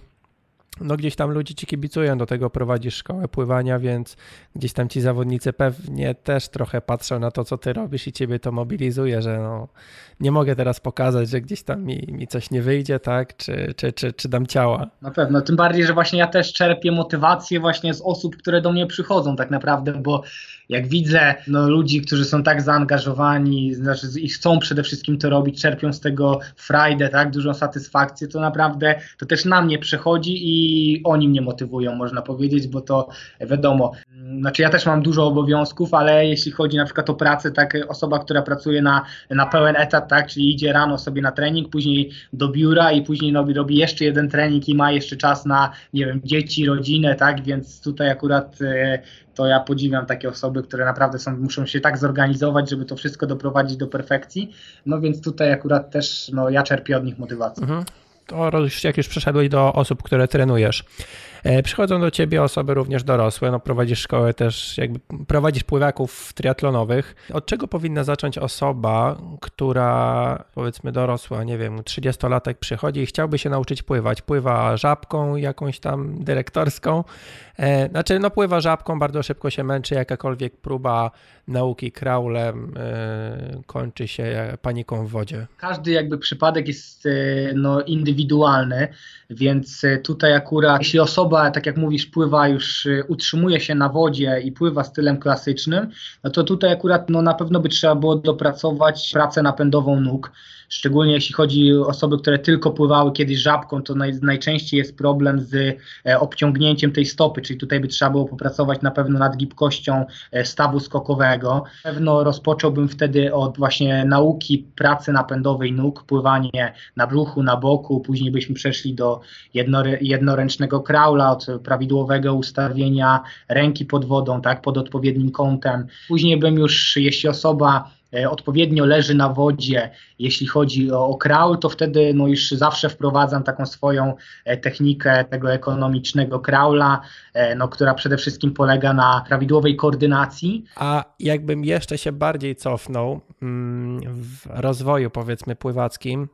no gdzieś tam ludzie ci kibicują, do tego prowadzisz szkołę pływania, więc gdzieś tam ci zawodnicy pewnie też trochę patrzą na to, co ty robisz i ciebie to mobilizuje, że no nie mogę teraz pokazać, że gdzieś tam mi coś nie wyjdzie, tak, czy dam ciała. Na pewno, tym bardziej, że właśnie ja też czerpię motywację właśnie z osób, które do mnie przychodzą tak naprawdę, bo jak widzę no, ludzi, którzy są tak zaangażowani, znaczy i chcą przede wszystkim to robić, czerpią z tego frajdę, tak, dużą satysfakcję, to naprawdę to też na mnie przechodzi i oni mnie motywują, można powiedzieć, bo to wiadomo, znaczy ja też mam dużo obowiązków, ale jeśli chodzi na przykład o pracę, tak, osoba, która pracuje na pełen etat, tak, czyli idzie rano sobie na trening, później do biura i później robi jeszcze jeden trening i ma jeszcze czas na, nie wiem, dzieci, rodzinę, tak, więc tutaj akurat to ja podziwiam takie osoby, które naprawdę muszą się tak zorganizować, żeby to wszystko doprowadzić do perfekcji, no więc tutaj akurat też no, ja czerpię od nich motywację. To jak już przeszedłeś do osób, które trenujesz, przychodzą do ciebie osoby również dorosłe, no prowadzisz szkołę też, jakby prowadzisz pływaków triatlonowych. Od czego powinna zacząć osoba, która powiedzmy dorosła, nie wiem, 30-latek przychodzi i chciałby się nauczyć pływać? Pływa żabką jakąś tam dyrektorską, znaczy no pływa żabką, bardzo szybko się męczy, jakakolwiek próba nauki kraulem kończy się paniką w wodzie. Każdy jakby przypadek jest no, indywidualny, więc tutaj akurat jeśli osoba, tak jak mówisz, pływa już, utrzymuje się na wodzie i pływa stylem klasycznym, no to tutaj akurat no, na pewno by trzeba było dopracować pracę napędową nóg. Szczególnie jeśli chodzi o osoby, które tylko pływały kiedyś żabką, to najczęściej jest problem z obciągnięciem tej stopy, czyli tutaj by trzeba było popracować na pewno nad gibkością stawu skokowego. Na pewno rozpocząłbym wtedy od właśnie nauki pracy napędowej nóg, pływanie na brzuchu, na boku, później byśmy przeszli do jednoręcznego kraula, od prawidłowego ustawienia ręki pod wodą, tak, pod odpowiednim kątem. Później bym już, jeśli osoba odpowiednio leży na wodzie, jeśli chodzi o kraul, to wtedy no już zawsze wprowadzam taką swoją technikę tego ekonomicznego kraula, no, która przede wszystkim polega na prawidłowej koordynacji. A jakbym jeszcze się bardziej cofnął w rozwoju powiedzmy pływackim,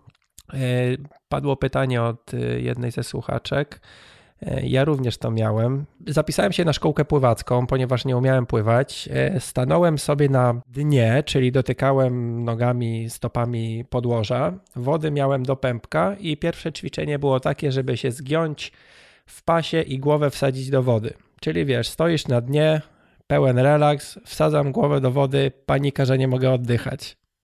padło pytanie od jednej ze słuchaczek. Ja również to miałem. Zapisałem się na szkołkę pływacką, ponieważ nie umiałem pływać. Stanąłem sobie na dnie, czyli dotykałem nogami, stopami podłoża. Wody miałem do pępka i pierwsze ćwiczenie było takie, żeby się zgiąć w pasie i głowę wsadzić do wody. Czyli wiesz, stoisz na dnie, pełen relaks, wsadzam głowę do wody, panika, że nie mogę oddychać.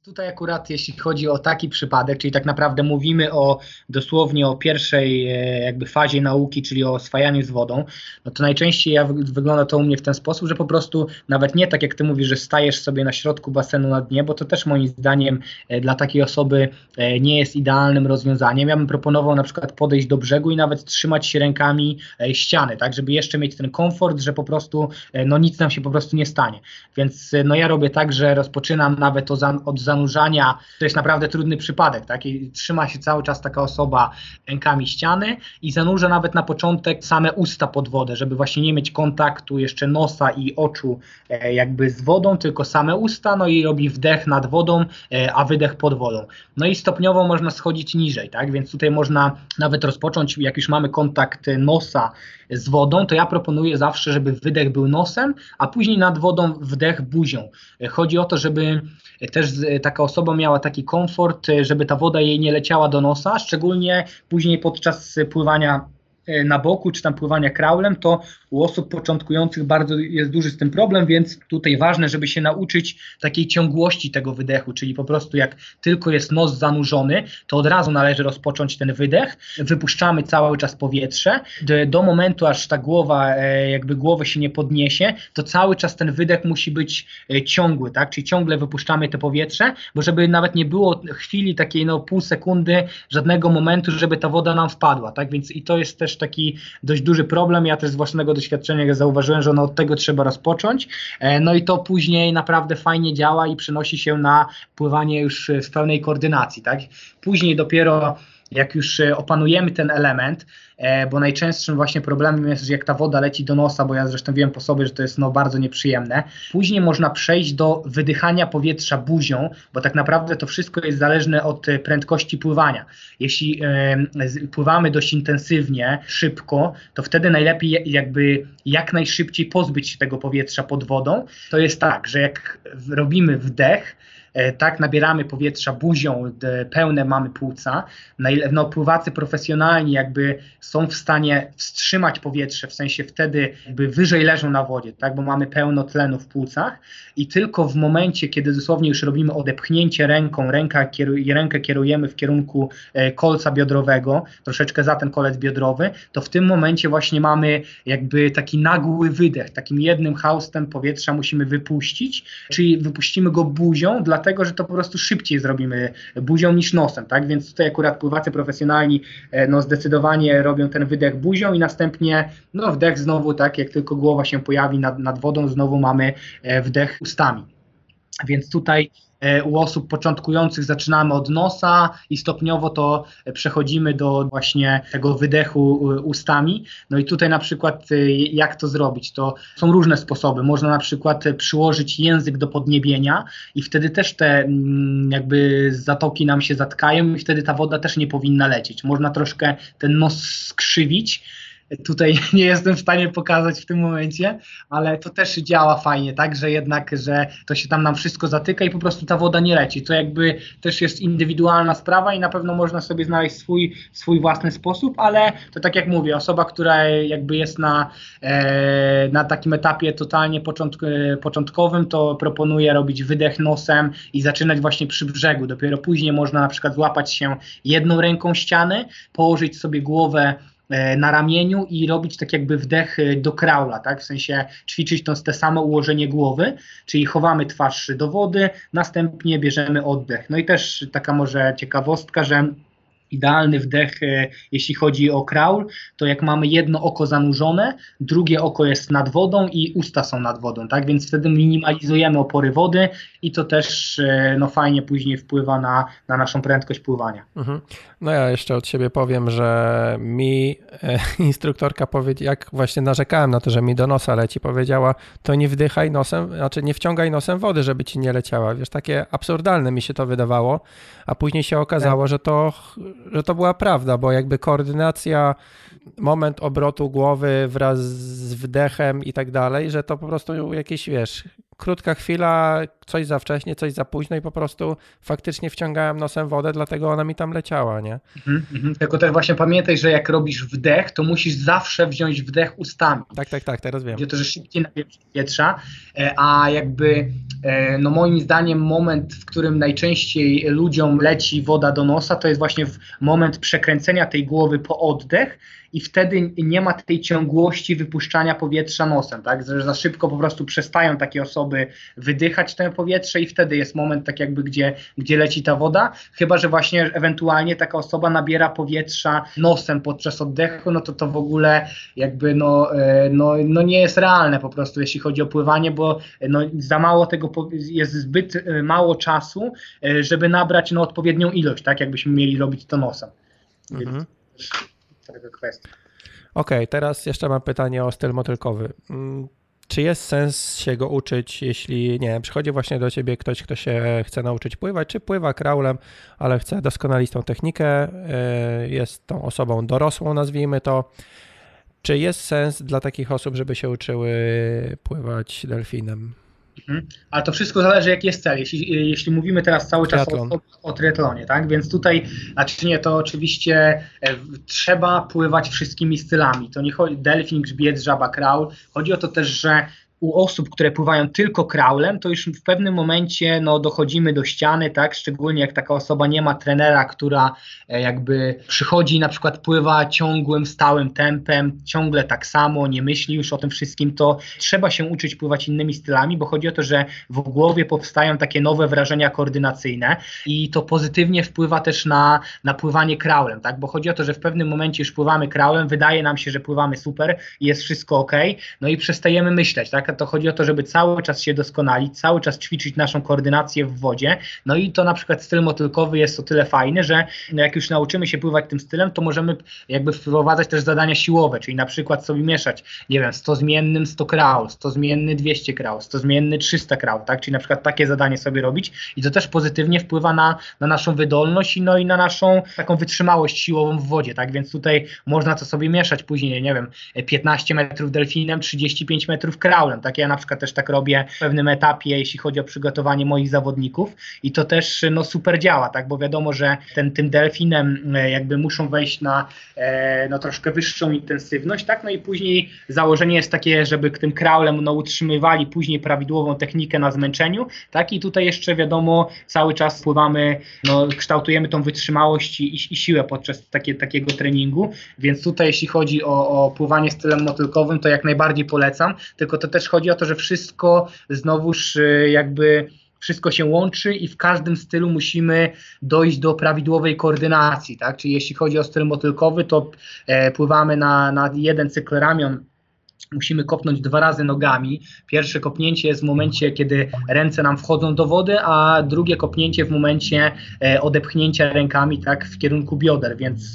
Tutaj akurat jeśli chodzi o taki przypadek, czyli tak naprawdę mówimy dosłownie o pierwszej jakby fazie nauki, czyli o oswajaniu z wodą, no to najczęściej wygląda to u mnie w ten sposób, że po prostu nawet nie tak jak ty mówisz, że stajesz sobie na środku basenu na dnie, bo to też moim zdaniem dla takiej osoby nie jest idealnym rozwiązaniem. Ja bym proponował na przykład podejść do brzegu i nawet trzymać się rękami ściany, tak, żeby jeszcze mieć ten komfort, że po prostu no nic nam się po prostu nie stanie. Więc no ja robię tak, że rozpoczynam nawet od zanurzania, to jest naprawdę trudny przypadek, tak? I trzyma się cały czas taka osoba rękami ściany i zanurza nawet na początek same usta pod wodę, żeby właśnie nie mieć kontaktu jeszcze nosa i oczu jakby z wodą, tylko same usta, no i robi wdech nad wodą, a wydech pod wodą. No i stopniowo można schodzić niżej, tak? Więc tutaj można nawet rozpocząć, jak już mamy kontakt nosa z wodą, to ja proponuję zawsze, żeby wydech był nosem, a później nad wodą wdech buzią. Chodzi o to, żeby też taka osoba miała taki komfort, żeby ta woda jej nie leciała do nosa, szczególnie później podczas pływania na boku, czy tam pływania kraulem, to u osób początkujących bardzo jest duży z tym problem, więc tutaj ważne, żeby się nauczyć takiej ciągłości tego wydechu, czyli po prostu jak tylko jest nos zanurzony, to od razu należy rozpocząć ten wydech, wypuszczamy cały czas powietrze, do momentu aż ta głowa, jakby głowę się nie podniesie, to cały czas ten wydech musi być ciągły, tak, czyli ciągle wypuszczamy to powietrze, bo żeby nawet nie było chwili takiej pół sekundy, żadnego momentu, żeby ta woda nam wpadła, tak, więc i to jest też taki dość duży problem, ja też z własnego doświadczenia zauważyłem, że od tego trzeba rozpocząć, no i to później naprawdę fajnie działa i przenosi się na pływanie już w pełnej koordynacji, tak, później dopiero jak już opanujemy ten element, bo najczęstszym właśnie problemem jest, że jak ta woda leci do nosa, bo ja zresztą wiem po sobie, że to jest bardzo nieprzyjemne, później można przejść do wydychania powietrza buzią, bo tak naprawdę to wszystko jest zależne od prędkości pływania. Jeśli pływamy dość intensywnie, szybko, to wtedy najlepiej jakby jak najszybciej pozbyć się tego powietrza pod wodą. To jest tak, że jak robimy wdech, tak, nabieramy powietrza buzią, pełne mamy płuca. No, pływacy profesjonalni jakby są w stanie wstrzymać powietrze, w sensie wtedy jakby wyżej leżą na wodzie, tak, bo mamy pełno tlenu w płucach i tylko w momencie, kiedy dosłownie już robimy odepchnięcie ręką, rękę kierujemy w kierunku kolca biodrowego, troszeczkę za ten kolec biodrowy, to w tym momencie właśnie mamy jakby taki nagły wydech, takim jednym haustem powietrza musimy wypuścić, czyli wypuścimy go buzią, dlatego, że to po prostu szybciej zrobimy buzią niż nosem, tak? Więc tutaj akurat pływacy profesjonalni zdecydowanie robią ten wydech buzią i następnie wdech znowu, tak, jak tylko głowa się pojawi nad wodą, znowu mamy wdech ustami. Więc tutaj u osób początkujących zaczynamy od nosa i stopniowo to przechodzimy do właśnie tego wydechu ustami. No i tutaj na przykład jak to zrobić? To są różne sposoby. Można na przykład przyłożyć język do podniebienia i wtedy też te jakby zatoki nam się zatkają i wtedy ta woda też nie powinna lecieć. Można troszkę ten nos skrzywić. Tutaj nie jestem w stanie pokazać w tym momencie, ale to też działa fajnie, tak, że jednak, że to się tam nam wszystko zatyka i po prostu ta woda nie leci. To jakby też jest indywidualna sprawa i na pewno można sobie znaleźć swój własny sposób, ale to tak jak mówię, osoba, która jakby jest na takim etapie totalnie początkowym, to proponuję robić wydech nosem i zaczynać właśnie przy brzegu. Dopiero później można na przykład złapać się jedną ręką ściany, położyć sobie głowę na ramieniu i robić tak jakby wdech do kraula, tak? W sensie ćwiczyć te samo ułożenie głowy, czyli chowamy twarz do wody, następnie bierzemy oddech. No i też taka może ciekawostka, że idealny wdech, jeśli chodzi o kraul, to jak mamy jedno oko zanurzone, drugie oko jest nad wodą i usta są nad wodą, tak? Więc wtedy minimalizujemy opory wody i to też fajnie później wpływa na naszą prędkość pływania. Mhm. No ja jeszcze od siebie powiem, że mi instruktorka jak właśnie narzekałem na to, że mi do nosa leci, powiedziała, to nie wdychaj nosem, znaczy nie wciągaj nosem wody, żeby ci nie leciała. Wiesz, takie absurdalne mi się to wydawało, a później się okazało, że to była prawda, bo jakby koordynacja, moment obrotu głowy wraz z wdechem i tak dalej, że to po prostu jakieś, wiesz, krótka chwila, coś za wcześnie, coś za późno i po prostu faktycznie wciągałem nosem wodę, dlatego ona mi tam leciała, nie? Tylko też właśnie pamiętaj, że jak robisz wdech, to musisz zawsze wziąć wdech ustami. Tak, teraz wiem. Chodzi o to, że szybciej nabierzesz powietrza, a jakby no moim zdaniem moment, w którym najczęściej ludziom leci woda do nosa, to jest właśnie moment przekręcenia tej głowy po oddech i wtedy nie ma tej ciągłości wypuszczania powietrza nosem, tak? Za szybko po prostu przestają takie osoby wydychać to powietrze i wtedy jest moment tak jakby, gdzie leci ta woda, chyba że właśnie ewentualnie taka osoba nabiera powietrza nosem podczas oddechu, no to w ogóle jakby no nie jest realne po prostu, jeśli chodzi o pływanie, bo no za mało tego, jest zbyt mało czasu, żeby nabrać odpowiednią ilość, tak jakbyśmy mieli robić to nosem. Więc taka kwestia. Okej, teraz jeszcze mam pytanie o styl motylkowy. Czy jest sens się go uczyć, jeśli, nie wiem, przychodzi właśnie do ciebie ktoś, kto się chce nauczyć pływać, czy pływa kraulem, ale chce doskonalić tą technikę, jest tą osobą dorosłą, nazwijmy to. Czy jest sens dla takich osób, żeby się uczyły pływać delfinem? Ale to wszystko zależy, jaki jest cel. Jeśli mówimy teraz cały czas o triatlonie, tak? Więc tutaj, znaczy nie, to oczywiście trzeba pływać wszystkimi stylami. To nie chodzi delfin, grzbiet, żaba, kraul. Chodzi o to też, że u osób, które pływają tylko kraulem, to już w pewnym momencie dochodzimy do ściany, tak? Szczególnie jak taka osoba nie ma trenera, która jakby przychodzi i na przykład pływa ciągłym, stałym tempem, ciągle tak samo, nie myśli już o tym wszystkim, to trzeba się uczyć pływać innymi stylami, bo chodzi o to, że w głowie powstają takie nowe wrażenia koordynacyjne i to pozytywnie wpływa też na pływanie kraulem, tak? Bo chodzi o to, że w pewnym momencie już pływamy kraulem, wydaje nam się, że pływamy super i jest wszystko ok, no i przestajemy myśleć, tak? To chodzi o to, żeby cały czas się doskonalić, cały czas ćwiczyć naszą koordynację w wodzie. No i to na przykład styl motylkowy jest o tyle fajny, że jak już nauczymy się pływać tym stylem, to możemy jakby wprowadzać też zadania siłowe, czyli na przykład sobie mieszać, nie wiem, 100 zmiennym 100 kraul, 100 zmienny 200 kraul, 100 zmienny 300 kraul, tak? Czyli na przykład takie zadanie sobie robić i to też pozytywnie wpływa na naszą wydolność i na naszą taką wytrzymałość siłową w wodzie, tak? Więc tutaj można to sobie mieszać później, nie wiem, 15 metrów delfinem, 35 metrów kraulem, tak? Ja na przykład też tak robię w pewnym etapie, jeśli chodzi o przygotowanie moich zawodników i to też super działa, tak, bo wiadomo, że tym delfinem jakby muszą wejść na troszkę wyższą intensywność, tak, no i później założenie jest takie, żeby tym kraulem utrzymywali później prawidłową technikę na zmęczeniu, tak, i tutaj jeszcze wiadomo, cały czas pływamy, kształtujemy tą wytrzymałość i siłę podczas takiego treningu, więc tutaj jeśli chodzi o pływanie stylem motylkowym, to jak najbardziej polecam, tylko to też chodzi o to, że wszystko znowuż jakby wszystko się łączy i w każdym stylu musimy dojść do prawidłowej koordynacji, tak? Czyli jeśli chodzi o styl motylkowy, to pływamy na jeden cykl ramion, musimy kopnąć 2 razy nogami. Pierwsze kopnięcie jest w momencie, kiedy ręce nam wchodzą do wody, a drugie kopnięcie w momencie odepchnięcia rękami, tak, w kierunku bioder, więc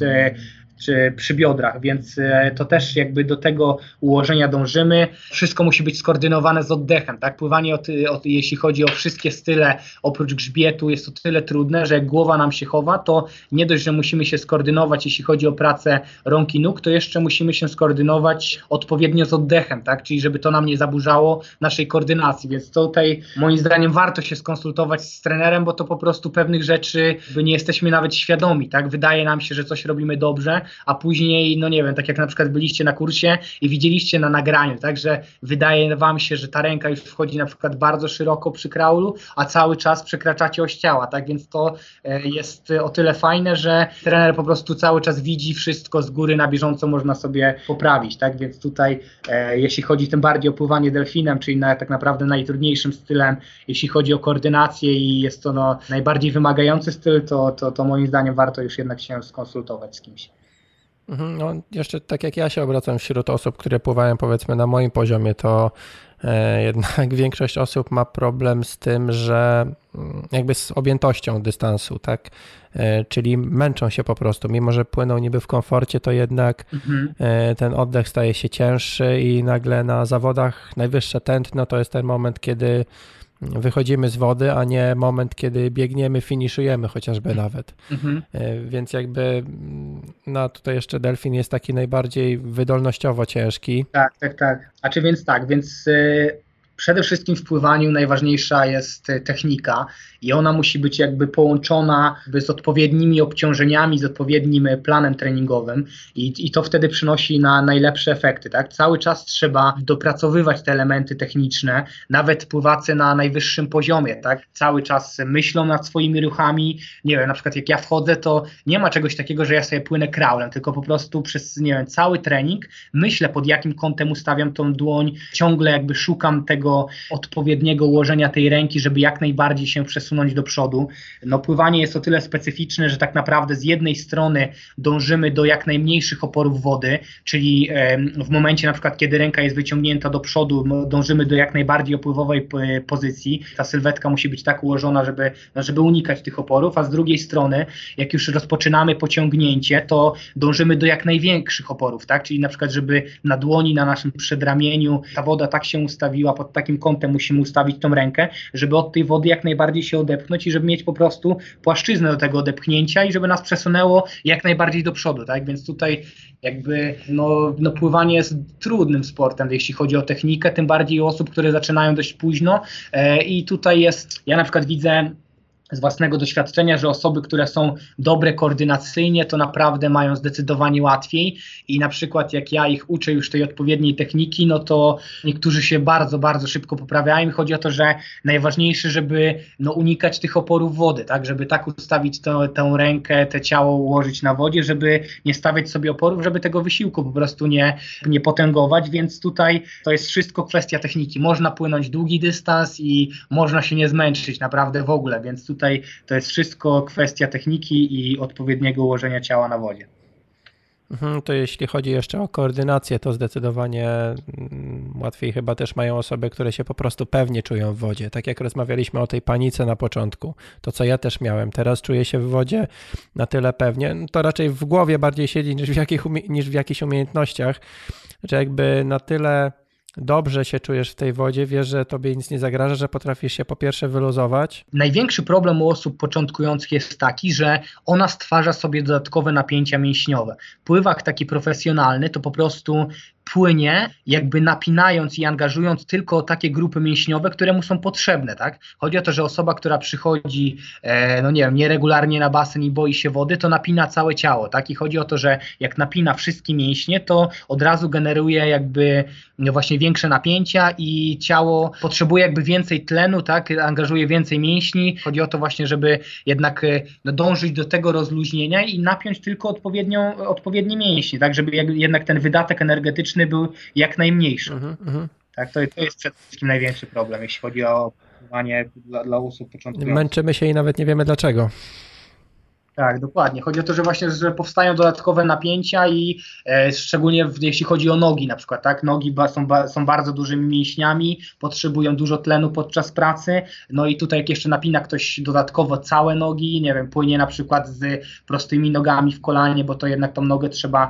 czy przy biodrach, więc to też jakby do tego ułożenia dążymy. Wszystko musi być skoordynowane z oddechem, tak? Pływanie, jeśli chodzi o wszystkie style, oprócz grzbietu, jest to tyle trudne, że jak głowa nam się chowa, to nie dość, że musimy się skoordynować, jeśli chodzi o pracę rąk i nóg, to jeszcze musimy się skoordynować odpowiednio z oddechem, tak? Czyli żeby to nam nie zaburzało naszej koordynacji, więc tutaj moim zdaniem warto się skonsultować z trenerem, bo to po prostu pewnych rzeczy nie jesteśmy nawet świadomi, tak? Wydaje nam się, że coś robimy dobrze, a później, nie wiem, tak jak na przykład byliście na kursie i widzieliście na nagraniu, tak, że wydaje wam się, że ta ręka już wchodzi na przykład bardzo szeroko przy kraulu, a cały czas przekraczacie oś ciała, tak, więc to jest o tyle fajne, że trener po prostu cały czas widzi wszystko z góry, na bieżąco można sobie poprawić, tak, więc tutaj jeśli chodzi tym bardziej o pływanie delfinem, czyli tak naprawdę najtrudniejszym stylem, jeśli chodzi o koordynację i jest to najbardziej wymagający styl, to moim zdaniem warto już jednak się skonsultować z kimś. No, jeszcze tak jak ja się obracam wśród osób, które pływają powiedzmy na moim poziomie, to jednak większość osób ma problem z tym, że jakby z objętością dystansu, tak? Czyli męczą się po prostu, mimo że płyną niby w komforcie, to jednak ten oddech staje się cięższy i nagle na zawodach najwyższe tętno to jest ten moment, kiedy wychodzimy z wody, a nie moment, kiedy biegniemy, finiszujemy chociażby nawet. Więc jakby tutaj jeszcze delfin jest taki najbardziej wydolnościowo ciężki. Tak. Więc Przede wszystkim w pływaniu najważniejsza jest technika i ona musi być jakby połączona z odpowiednimi obciążeniami, z odpowiednim planem treningowym i to wtedy przynosi na najlepsze efekty. Tak? Cały czas trzeba dopracowywać te elementy techniczne, nawet pływacy na najwyższym poziomie. Tak? Cały czas myślą nad swoimi ruchami. Nie wiem, na przykład jak ja wchodzę, to nie ma czegoś takiego, że ja sobie płynę kraulem, tylko po prostu przez, nie wiem, cały trening myślę, pod jakim kątem ustawiam tą dłoń, ciągle jakby szukam tego odpowiedniego ułożenia tej ręki, żeby jak najbardziej się przesunąć do przodu. No pływanie jest o tyle specyficzne, że tak naprawdę z jednej strony dążymy do jak najmniejszych oporów wody, czyli w momencie na przykład, kiedy ręka jest wyciągnięta do przodu, dążymy do jak najbardziej opływowej pozycji. Ta sylwetka musi być tak ułożona, żeby unikać tych oporów, a z drugiej strony, jak już rozpoczynamy pociągnięcie, to dążymy do jak największych oporów, tak? Czyli na przykład, żeby na dłoni, na naszym przedramieniu ta woda tak się ustawiła, pod takim kątem musimy ustawić tą rękę, żeby od tej wody jak najbardziej się odepchnąć i żeby mieć po prostu płaszczyznę do tego odepchnięcia i żeby nas przesunęło jak najbardziej do przodu, tak? Więc tutaj jakby no pływanie jest trudnym sportem, jeśli chodzi o technikę, tym bardziej u osób, które zaczynają dość późno i tutaj jest, ja na przykład widzę z własnego doświadczenia, że osoby, które są dobre koordynacyjnie, to naprawdę mają zdecydowanie łatwiej i na przykład jak ja ich uczę już tej odpowiedniej techniki, no to niektórzy się bardzo, bardzo szybko poprawiają i chodzi o to, że najważniejsze, żeby unikać tych oporów wody, tak, żeby tak ustawić tę rękę, te ciało ułożyć na wodzie, żeby nie stawiać sobie oporów, żeby tego wysiłku po prostu nie potęgować, więc tutaj to jest wszystko kwestia techniki. Można płynąć długi dystans i można się nie zmęczyć naprawdę w ogóle, więc tutaj to jest wszystko kwestia techniki i odpowiedniego ułożenia ciała na wodzie. To jeśli chodzi jeszcze o koordynację, to zdecydowanie łatwiej chyba też mają osoby, które się po prostu pewnie czują w wodzie. Tak jak rozmawialiśmy o tej panice na początku, to co ja też miałem. Teraz czuję się w wodzie na tyle pewnie, to raczej w głowie bardziej siedzi niż w jakichś umiejętnościach, że jakby na tyle dobrze się czujesz w tej wodzie, wiesz, że tobie nic nie zagraża, że potrafisz się po pierwsze wyluzować. Największy problem u osób początkujących jest taki, że ona stwarza sobie dodatkowe napięcia mięśniowe. Pływak taki profesjonalny to po prostu płynie, jakby napinając i angażując tylko takie grupy mięśniowe, które mu są potrzebne, tak? Chodzi o to, że osoba, która przychodzi, nieregularnie na basen i boi się wody, to napina całe ciało, tak? I chodzi o to, że jak napina wszystkie mięśnie, to od razu generuje jakby właśnie większe napięcia i ciało potrzebuje jakby więcej tlenu, tak? Angażuje więcej mięśni. Chodzi o to właśnie, żeby jednak dążyć do tego rozluźnienia i napiąć tylko odpowiednie mięśnie, tak? Żeby jednak ten wydatek energetyczny był jak najmniejszy. Tak, to jest przede wszystkim największy problem, jeśli chodzi o pływanie dla osób początkujących. Męczymy się i nawet nie wiemy dlaczego. Tak, dokładnie. Chodzi o to, że właśnie że powstają dodatkowe napięcia i szczególnie jeśli chodzi o nogi na przykład, tak? Nogi są bardzo dużymi mięśniami, potrzebują dużo tlenu podczas pracy, no i tutaj jak jeszcze napina ktoś dodatkowo całe nogi, nie wiem, płynie na przykład z prostymi nogami w kolanie, bo to jednak tą nogę trzeba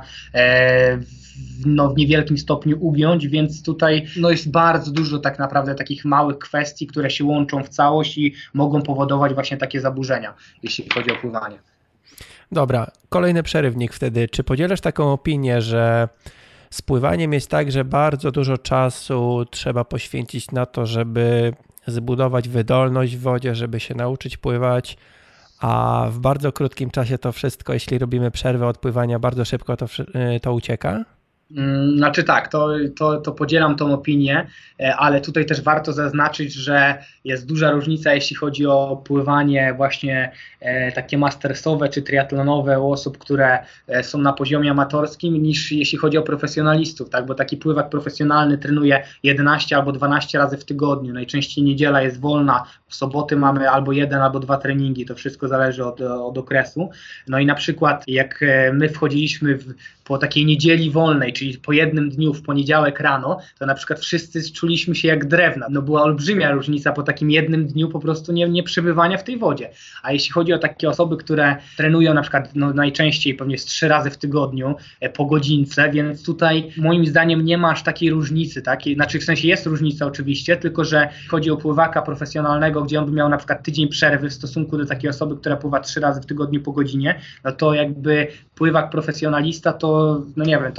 w niewielkim stopniu ugiąć, więc tutaj jest bardzo dużo tak naprawdę takich małych kwestii, które się łączą w całość i mogą powodować właśnie takie zaburzenia, jeśli chodzi o pływanie. Dobra, kolejny przerywnik wtedy. Czy podzielasz taką opinię, że z pływaniem jest tak, że bardzo dużo czasu trzeba poświęcić na to, żeby zbudować wydolność w wodzie, żeby się nauczyć pływać, a w bardzo krótkim czasie to wszystko, jeśli robimy przerwę od pływania, bardzo szybko to ucieka? Znaczy tak, to podzielam tą opinię, ale tutaj też warto zaznaczyć, że jest duża różnica, jeśli chodzi o pływanie właśnie takie mastersowe czy triatlonowe u osób, które są na poziomie amatorskim, niż jeśli chodzi o profesjonalistów, tak? Bo taki pływak profesjonalny trenuje 11 albo 12 razy w tygodniu, najczęściej niedziela jest wolna, w soboty mamy albo 1 albo 2 treningi, to wszystko zależy od okresu. No i na przykład jak my wchodziliśmy po takiej niedzieli wolnej, czyli po jednym dniu w poniedziałek rano, to na przykład wszyscy czuliśmy się jak drewna. Była olbrzymia różnica po takim jednym dniu po prostu nie przebywania w tej wodzie. A jeśli chodzi o takie osoby, które trenują na przykład najczęściej pewnie z 3 razy w tygodniu po godzince, więc tutaj moim zdaniem nie ma aż takiej różnicy, tak? Znaczy w sensie jest różnica oczywiście, tylko że chodzi o pływaka profesjonalnego, gdzie on by miał na przykład tydzień przerwy w stosunku do takiej osoby, która pływa 3 razy w tygodniu po godzinie, no to jakby pływak profesjonalista to, to ma stratę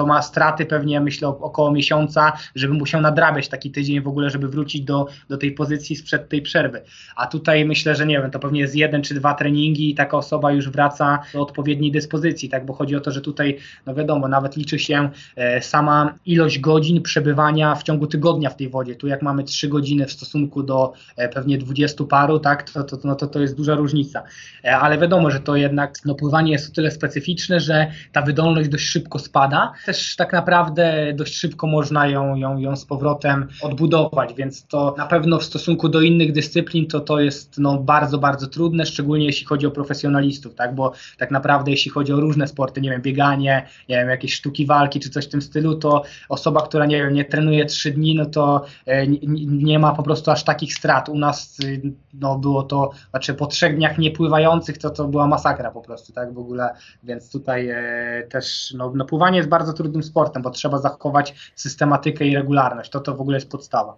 straty pewnie, myślę, około miesiąca, żeby musiał nadrabiać taki tydzień w ogóle, żeby wrócić do tej pozycji sprzed tej przerwy. A tutaj myślę, że nie wiem, to pewnie jest 1 czy 2 treningi i taka osoba już wraca do odpowiedniej dyspozycji, tak, bo chodzi o to, że tutaj, no wiadomo, nawet liczy się sama ilość godzin przebywania w ciągu tygodnia w tej wodzie. Tu jak mamy 3 godziny w stosunku do pewnie 20 paru, tak, to jest duża różnica. Ale wiadomo, że to jednak pływanie jest o tyle specyficzne, że ta wydolność dość szybko spada. Też tak naprawdę dość szybko można ją z powrotem odbudować, więc to na pewno w stosunku do innych dyscyplin to jest bardzo, bardzo trudne, szczególnie jeśli chodzi o profesjonalistów, tak, bo tak naprawdę jeśli chodzi o różne sporty, nie wiem, bieganie, nie wiem, jakieś sztuki walki czy coś w tym stylu, to osoba, która nie wiem, nie trenuje 3 dni, no to nie ma po prostu aż takich strat. U nas było to, znaczy po 3 dniach niepływających to była masakra po prostu, tak, w ogóle, więc tutaj też pływanie jest bardzo trudnym sportem, bo trzeba zachować systematykę i regularność, to w ogóle jest podstawa.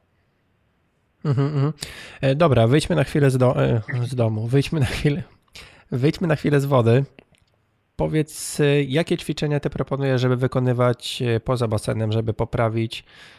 Dobra, wyjdźmy na chwilę z domu, wyjdźmy na chwilę z wody. Powiedz, jakie ćwiczenia ty proponujesz, żeby wykonywać poza basenem, żeby poprawić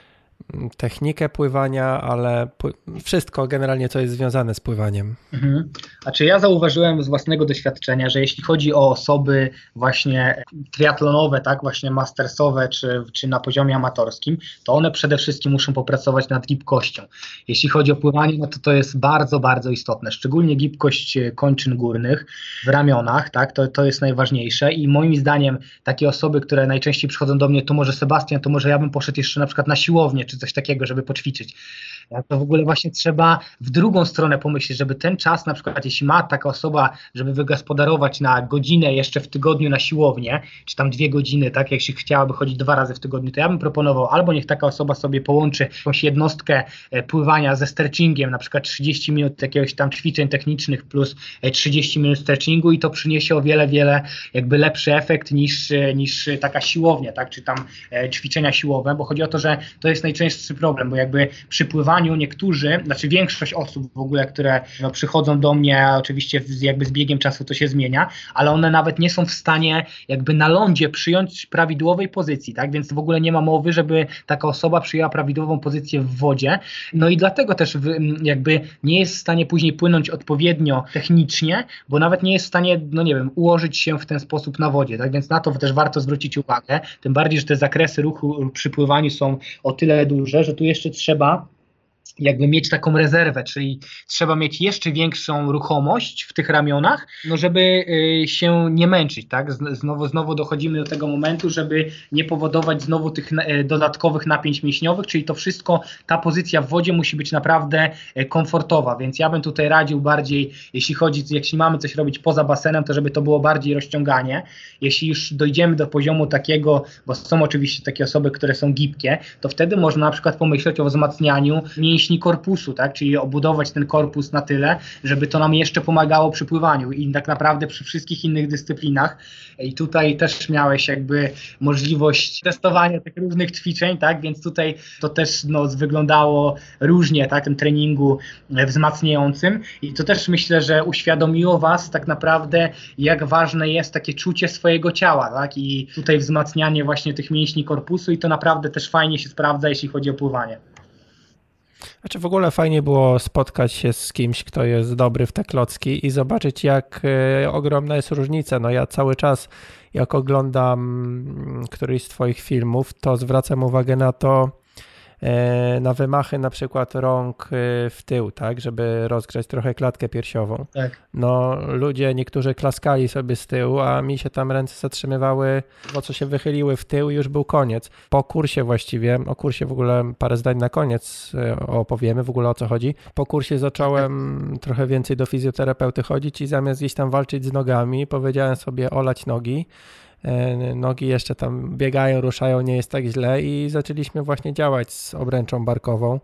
technikę pływania, ale wszystko generalnie, co jest związane z pływaniem. Znaczy ja zauważyłem z własnego doświadczenia, że jeśli chodzi o osoby właśnie triatlonowe, tak, właśnie mastersowe, czy na poziomie amatorskim, to one przede wszystkim muszą popracować nad gibkością. Jeśli chodzi o pływanie, no to jest bardzo, bardzo istotne, szczególnie gibkość kończyn górnych w ramionach, tak, to jest najważniejsze i moim zdaniem takie osoby, które najczęściej przychodzą do mnie, to może Sebastian, to może ja bym poszedł jeszcze na przykład na siłownię, czy coś takiego, żeby poćwiczyć. To w ogóle właśnie trzeba w drugą stronę pomyśleć, żeby ten czas, na przykład jeśli ma taka osoba, żeby wygospodarować na godzinę jeszcze w tygodniu na siłownię, czy tam 2 godziny, tak, jeśli chciałaby chodzić 2 razy w tygodniu, to ja bym proponował albo niech taka osoba sobie połączy jakąś jednostkę pływania ze stretchingiem, na przykład 30 minut jakiegoś tam ćwiczeń technicznych plus 30 minut stretchingu i to przyniesie o wiele, wiele jakby lepszy efekt niż taka siłownia, tak, czy tam ćwiczenia siłowe, bo chodzi o to, że to jest najczęstszy problem, bo jakby przy pływaniu niektórzy, znaczy większość osób w ogóle, które przychodzą do mnie, oczywiście jakby z biegiem czasu to się zmienia, ale one nawet nie są w stanie jakby na lądzie przyjąć prawidłowej pozycji, tak, więc w ogóle nie ma mowy, żeby taka osoba przyjęła prawidłową pozycję w wodzie, no i dlatego też jakby nie jest w stanie później płynąć odpowiednio technicznie, bo nawet nie jest w stanie, no nie wiem, ułożyć się w ten sposób na wodzie, tak, więc na to też warto zwrócić uwagę, tym bardziej, że te zakresy ruchu przy pływaniu są o tyle duże, że tu jeszcze trzeba jakby mieć taką rezerwę, czyli trzeba mieć jeszcze większą ruchomość w tych ramionach, no żeby się nie męczyć, tak? Znowu dochodzimy do tego momentu, żeby nie powodować znowu tych dodatkowych napięć mięśniowych, czyli to wszystko, ta pozycja w wodzie musi być naprawdę komfortowa, więc ja bym tutaj radził bardziej, jeśli mamy coś robić poza basenem, to żeby to było bardziej rozciąganie. Jeśli już dojdziemy do poziomu takiego, bo są oczywiście takie osoby, które są gibkie, to wtedy można na przykład pomyśleć o wzmacnianiu mięśni korpusu, tak? Czyli obudować ten korpus na tyle, żeby to nam jeszcze pomagało przy pływaniu i tak naprawdę przy wszystkich innych dyscyplinach. I tutaj też miałeś jakby możliwość testowania tych różnych ćwiczeń, tak? Więc tutaj to też wyglądało różnie, tak? Tym treningu wzmacniającym i to też myślę, że uświadomiło was tak naprawdę, jak ważne jest takie czucie swojego ciała, tak? I tutaj wzmacnianie właśnie tych mięśni korpusu i to naprawdę też fajnie się sprawdza, jeśli chodzi o pływanie. Znaczy w ogóle fajnie było spotkać się z kimś, kto jest dobry w te klocki i zobaczyć, jak ogromna jest różnica. No ja cały czas, jak oglądam któryś z twoich filmów, to zwracam uwagę na to, na wymachy na przykład rąk w tył, tak, żeby rozgrzać trochę klatkę piersiową. Tak. No ludzie, niektórzy klaskali sobie z tyłu, a mi się tam ręce zatrzymywały, bo co się wychyliły w tył i już był koniec. Po kursie właściwie, o kursie w ogóle parę zdań na koniec opowiemy w ogóle o co chodzi. Po kursie zacząłem trochę więcej do fizjoterapeuty chodzić i zamiast gdzieś tam walczyć z nogami, powiedziałem sobie olać nogi. Nogi jeszcze tam biegają, ruszają, nie jest tak źle i zaczęliśmy właśnie działać z obręczą barkową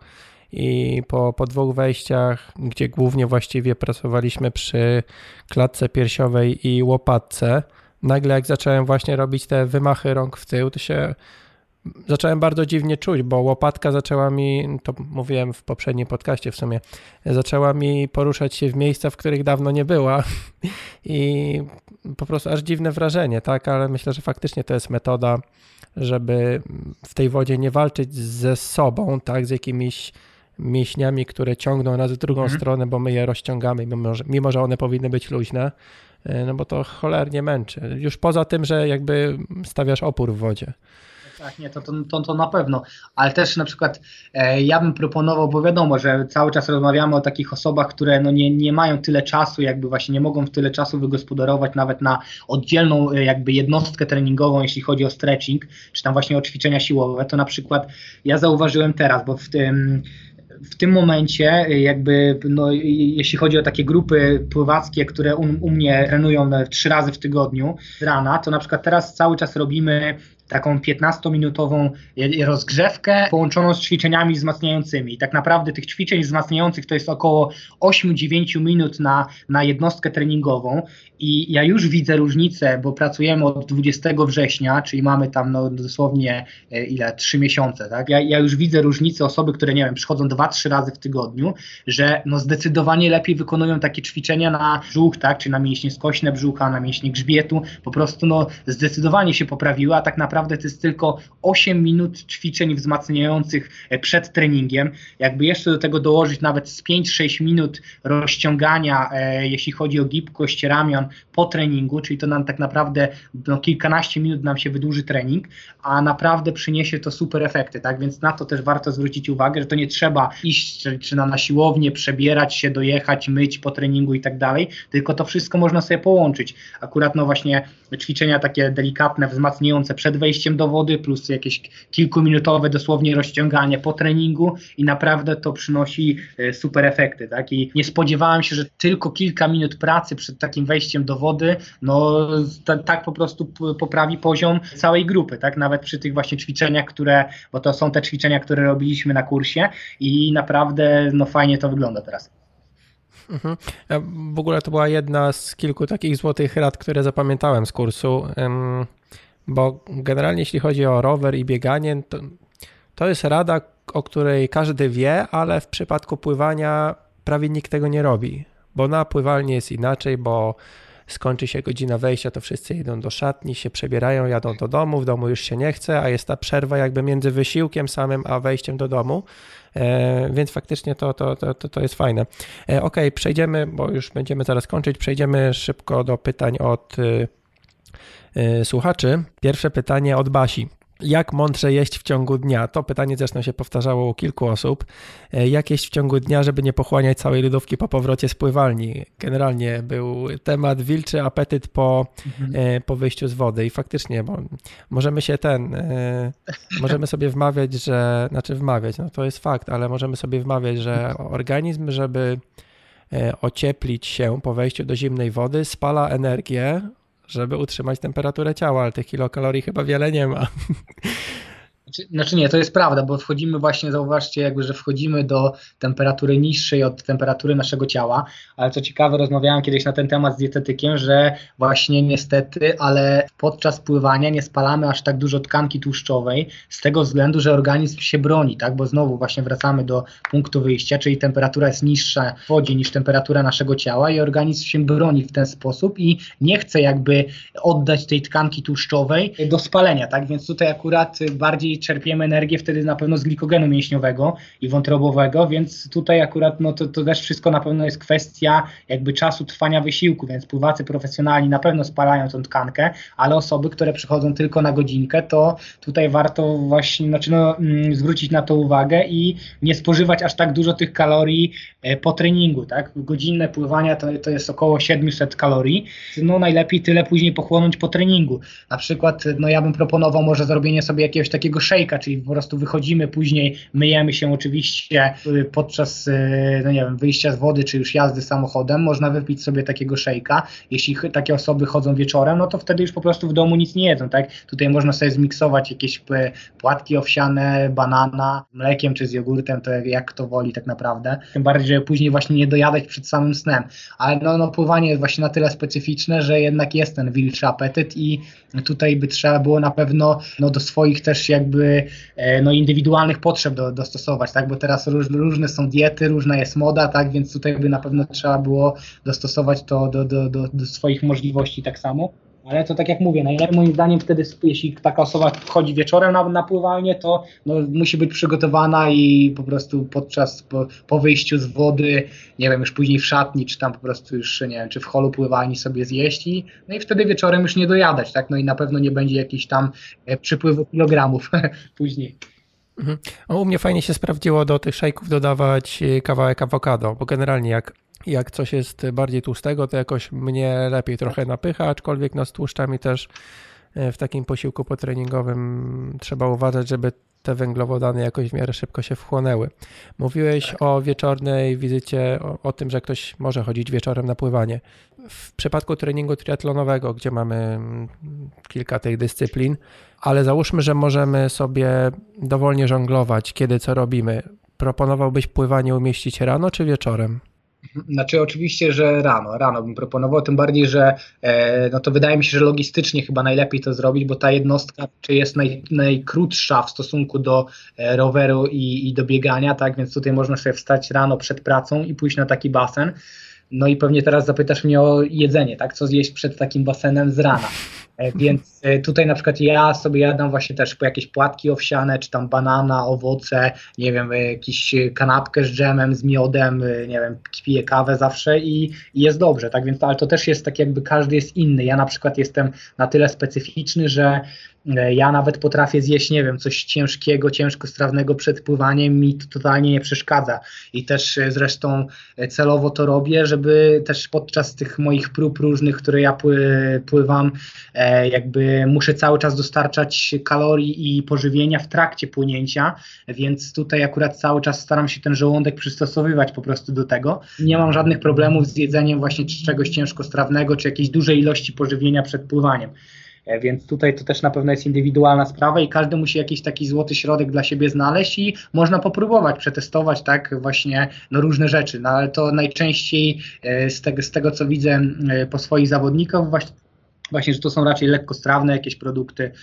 i po 2 wejściach, gdzie głównie właściwie pracowaliśmy przy klatce piersiowej i łopatce, nagle jak zacząłem właśnie robić te wymachy rąk w tył, to się zacząłem bardzo dziwnie czuć, bo łopatka zaczęła mi, to mówiłem w poprzednim podcaście w sumie, zaczęła mi poruszać się w miejsca, w których dawno nie była i po prostu aż dziwne wrażenie, tak, ale myślę, że faktycznie to jest metoda żeby w tej wodzie nie walczyć ze sobą, tak, z jakimiś mięśniami, które ciągną nas w drugą stronę, bo my je rozciągamy, mimo że one powinny być luźne, no bo to cholernie męczy. Już poza tym, że jakby stawiasz opór w wodzie. Tak, nie, to na pewno, ale też na przykład ja bym proponował, bo wiadomo, że cały czas rozmawiamy o takich osobach, które no nie mają tyle czasu, jakby właśnie nie mogą w tyle czasu wygospodarować nawet na oddzielną jakby jednostkę treningową, jeśli chodzi o stretching, czy tam właśnie o ćwiczenia siłowe, to na przykład ja zauważyłem teraz, bo w tym momencie jakby, no, jeśli chodzi o takie grupy pływackie, które u mnie trenują 3 razy w tygodniu z rana, to na przykład teraz cały czas robimy taką 15-minutową rozgrzewkę połączoną z ćwiczeniami wzmacniającymi. I tak naprawdę tych ćwiczeń wzmacniających to jest około 8-9 minut na jednostkę treningową i ja już widzę różnicę, bo pracujemy od 20 września, czyli mamy tam no, dosłownie 3 miesiące. Tak? Ja już widzę różnicę osoby, które nie wiem, przychodzą 2-3 razy w tygodniu, że no, zdecydowanie lepiej wykonują takie ćwiczenia na brzuch, tak? Czy na mięśnie skośne brzucha, na mięśnie grzbietu. Po prostu no, zdecydowanie się poprawiła, a tak naprawdę to jest tylko 8 minut ćwiczeń wzmacniających przed treningiem. Jakby jeszcze do tego dołożyć nawet z 5-6 minut rozciągania, jeśli chodzi o gibkość ramion po treningu, czyli to nam tak naprawdę no, kilkanaście minut nam się wydłuży trening, a naprawdę przyniesie to super efekty, tak? Więc na to też warto zwrócić uwagę, że to nie trzeba iść czy na siłownię, przebierać się, dojechać, myć po treningu i tak dalej, tylko to wszystko można sobie połączyć. Akurat no właśnie ćwiczenia takie delikatne, wzmacniające przed wejściem do wody, plus jakieś kilkuminutowe dosłownie rozciąganie po treningu i naprawdę to przynosi super efekty, tak? I nie spodziewałem się, że tylko kilka minut pracy przed takim wejściem do wody, no tak po prostu poprawi poziom całej grupy, tak? Nawet przy tych właśnie ćwiczeniach, bo to są te ćwiczenia, które robiliśmy na kursie i naprawdę no fajnie to wygląda teraz. W ogóle to była jedna z kilku takich złotych rad, które zapamiętałem z kursu, bo generalnie jeśli chodzi o rower i bieganie, to jest rada, o której każdy wie, ale w przypadku pływania prawie nikt tego nie robi, bo na pływalni jest inaczej, bo skończy się godzina wejścia, to wszyscy idą do szatni, się przebierają, jadą do domu, w domu już się nie chce, a jest ta przerwa jakby między wysiłkiem samym, a wejściem do domu, więc faktycznie to jest fajne. Okej, przejdziemy, bo już będziemy zaraz kończyć, przejdziemy szybko do pytań od słuchaczy. Pierwsze pytanie od Basi. Jak mądrze jeść w ciągu dnia? To pytanie zresztą się powtarzało u kilku osób. Jak jeść w ciągu dnia, żeby nie pochłaniać całej lodówki po powrocie z pływalni? Generalnie był temat wilczy apetyt po wyjściu z wody i faktycznie, bo możemy sobie wmawiać, no to jest fakt, ale możemy sobie wmawiać, że organizm, żeby ocieplić się po wejściu do zimnej wody, spala energię, żeby utrzymać temperaturę ciała, ale tych kilokalorii chyba wiele nie ma. Znaczy nie, to jest prawda, bo wchodzimy właśnie, zauważcie jakby, że wchodzimy do temperatury niższej od temperatury naszego ciała, ale co ciekawe, rozmawiałem kiedyś na ten temat z dietetykiem, że właśnie niestety, ale podczas pływania nie spalamy aż tak dużo tkanki tłuszczowej z tego względu, że organizm się broni, tak, bo znowu właśnie wracamy do punktu wyjścia, czyli temperatura jest niższa w wodzie niż temperatura naszego ciała i organizm się broni w ten sposób i nie chce jakby oddać tej tkanki tłuszczowej do spalenia, tak, więc tutaj akurat bardziej czerpiemy energię wtedy na pewno z glikogenu mięśniowego i wątrobowego, więc tutaj akurat no to też wszystko na pewno jest kwestia jakby czasu trwania wysiłku, więc pływacy profesjonalni na pewno spalają tą tkankę, ale osoby, które przychodzą tylko na godzinkę, to tutaj warto właśnie zwrócić na to uwagę i nie spożywać aż tak dużo tych kalorii po treningu, tak? Godzinne pływania to jest około 700 kalorii, no najlepiej tyle później pochłonąć po treningu. Na przykład no ja bym proponował może zrobienie sobie jakiegoś takiego shake'a, czyli po prostu wychodzimy później, myjemy się oczywiście podczas no nie wiem, wyjścia z wody, czy już jazdy samochodem, można wypić sobie takiego shake'a. Jeśli takie osoby chodzą wieczorem, no to wtedy już po prostu w domu nic nie jedzą, tak? Tutaj można sobie zmiksować jakieś płatki owsiane, banana, mlekiem czy z jogurtem, to jak kto woli tak naprawdę. Tym bardziej, żeby później właśnie nie dojadać przed samym snem. Ale no pływanie jest właśnie na tyle specyficzne, że jednak jest ten wilczy apetyt i tutaj by trzeba było na pewno no do swoich też jakby no indywidualnych potrzeb dostosować, tak, bo teraz różne są diety, różna jest moda, tak, więc tutaj by na pewno trzeba było dostosować to do swoich możliwości tak samo. Ale to tak jak mówię, najlepiej moim zdaniem wtedy, jeśli taka osoba wchodzi wieczorem na pływanie, to no, musi być przygotowana i po prostu po wyjściu z wody, nie wiem, już później w szatni, czy tam po prostu już, nie wiem, czy w holu pływalni sobie zjeść no i wtedy wieczorem już nie dojadać, tak? No i na pewno nie będzie jakiś tam przypływu kilogramów później. Mhm. U mnie fajnie się sprawdziło do tych szejków dodawać kawałek awokado, bo generalnie jak coś jest bardziej tłustego, to jakoś mnie lepiej trochę napycha, aczkolwiek no z tłuszczami też w takim posiłku potreningowym trzeba uważać, żeby te węglowodany jakoś w miarę szybko się wchłonęły. Mówiłeś o wieczornej wizycie, o tym, że ktoś może chodzić wieczorem na pływanie. W przypadku treningu triatlonowego, gdzie mamy kilka tych dyscyplin, ale załóżmy, że możemy sobie dowolnie żonglować, kiedy co robimy. Proponowałbyś pływanie umieścić rano czy wieczorem? Znaczy oczywiście, że rano bym proponował, tym bardziej, że no to wydaje mi się, że logistycznie chyba najlepiej to zrobić, bo ta jednostka jest najkrótsza w stosunku do roweru i do biegania, tak, więc tutaj można sobie wstać rano przed pracą i pójść na taki basen. No i pewnie teraz zapytasz mnie o jedzenie, tak, co zjeść przed takim basenem z rana. Więc tutaj na przykład ja sobie jadam właśnie też po jakieś płatki owsiane, czy tam banana, owoce, nie wiem, jakąś kanapkę z dżemem, z miodem, nie wiem, piję kawę zawsze i jest dobrze, tak, więc ale to też jest tak jakby każdy jest inny. Ja na przykład jestem na tyle specyficzny, że ja nawet potrafię zjeść, nie wiem, coś ciężkiego, ciężkostrawnego przed pływaniem, mi to totalnie nie przeszkadza i też zresztą celowo to robię, żeby też podczas tych moich prób różnych, które ja pływam, jakby muszę cały czas dostarczać kalorii i pożywienia w trakcie płynięcia, więc tutaj akurat cały czas staram się ten żołądek przystosowywać po prostu do tego. Nie mam żadnych problemów z jedzeniem właśnie czegoś ciężkostrawnego, czy jakiejś dużej ilości pożywienia przed pływaniem. Więc tutaj to też na pewno jest indywidualna sprawa i każdy musi jakiś taki złoty środek dla siebie znaleźć i można popróbować, przetestować tak właśnie no, różne rzeczy, no ale to najczęściej z tego co widzę po swoich zawodnikach właśnie, że to są raczej lekkostrawne jakieś produkty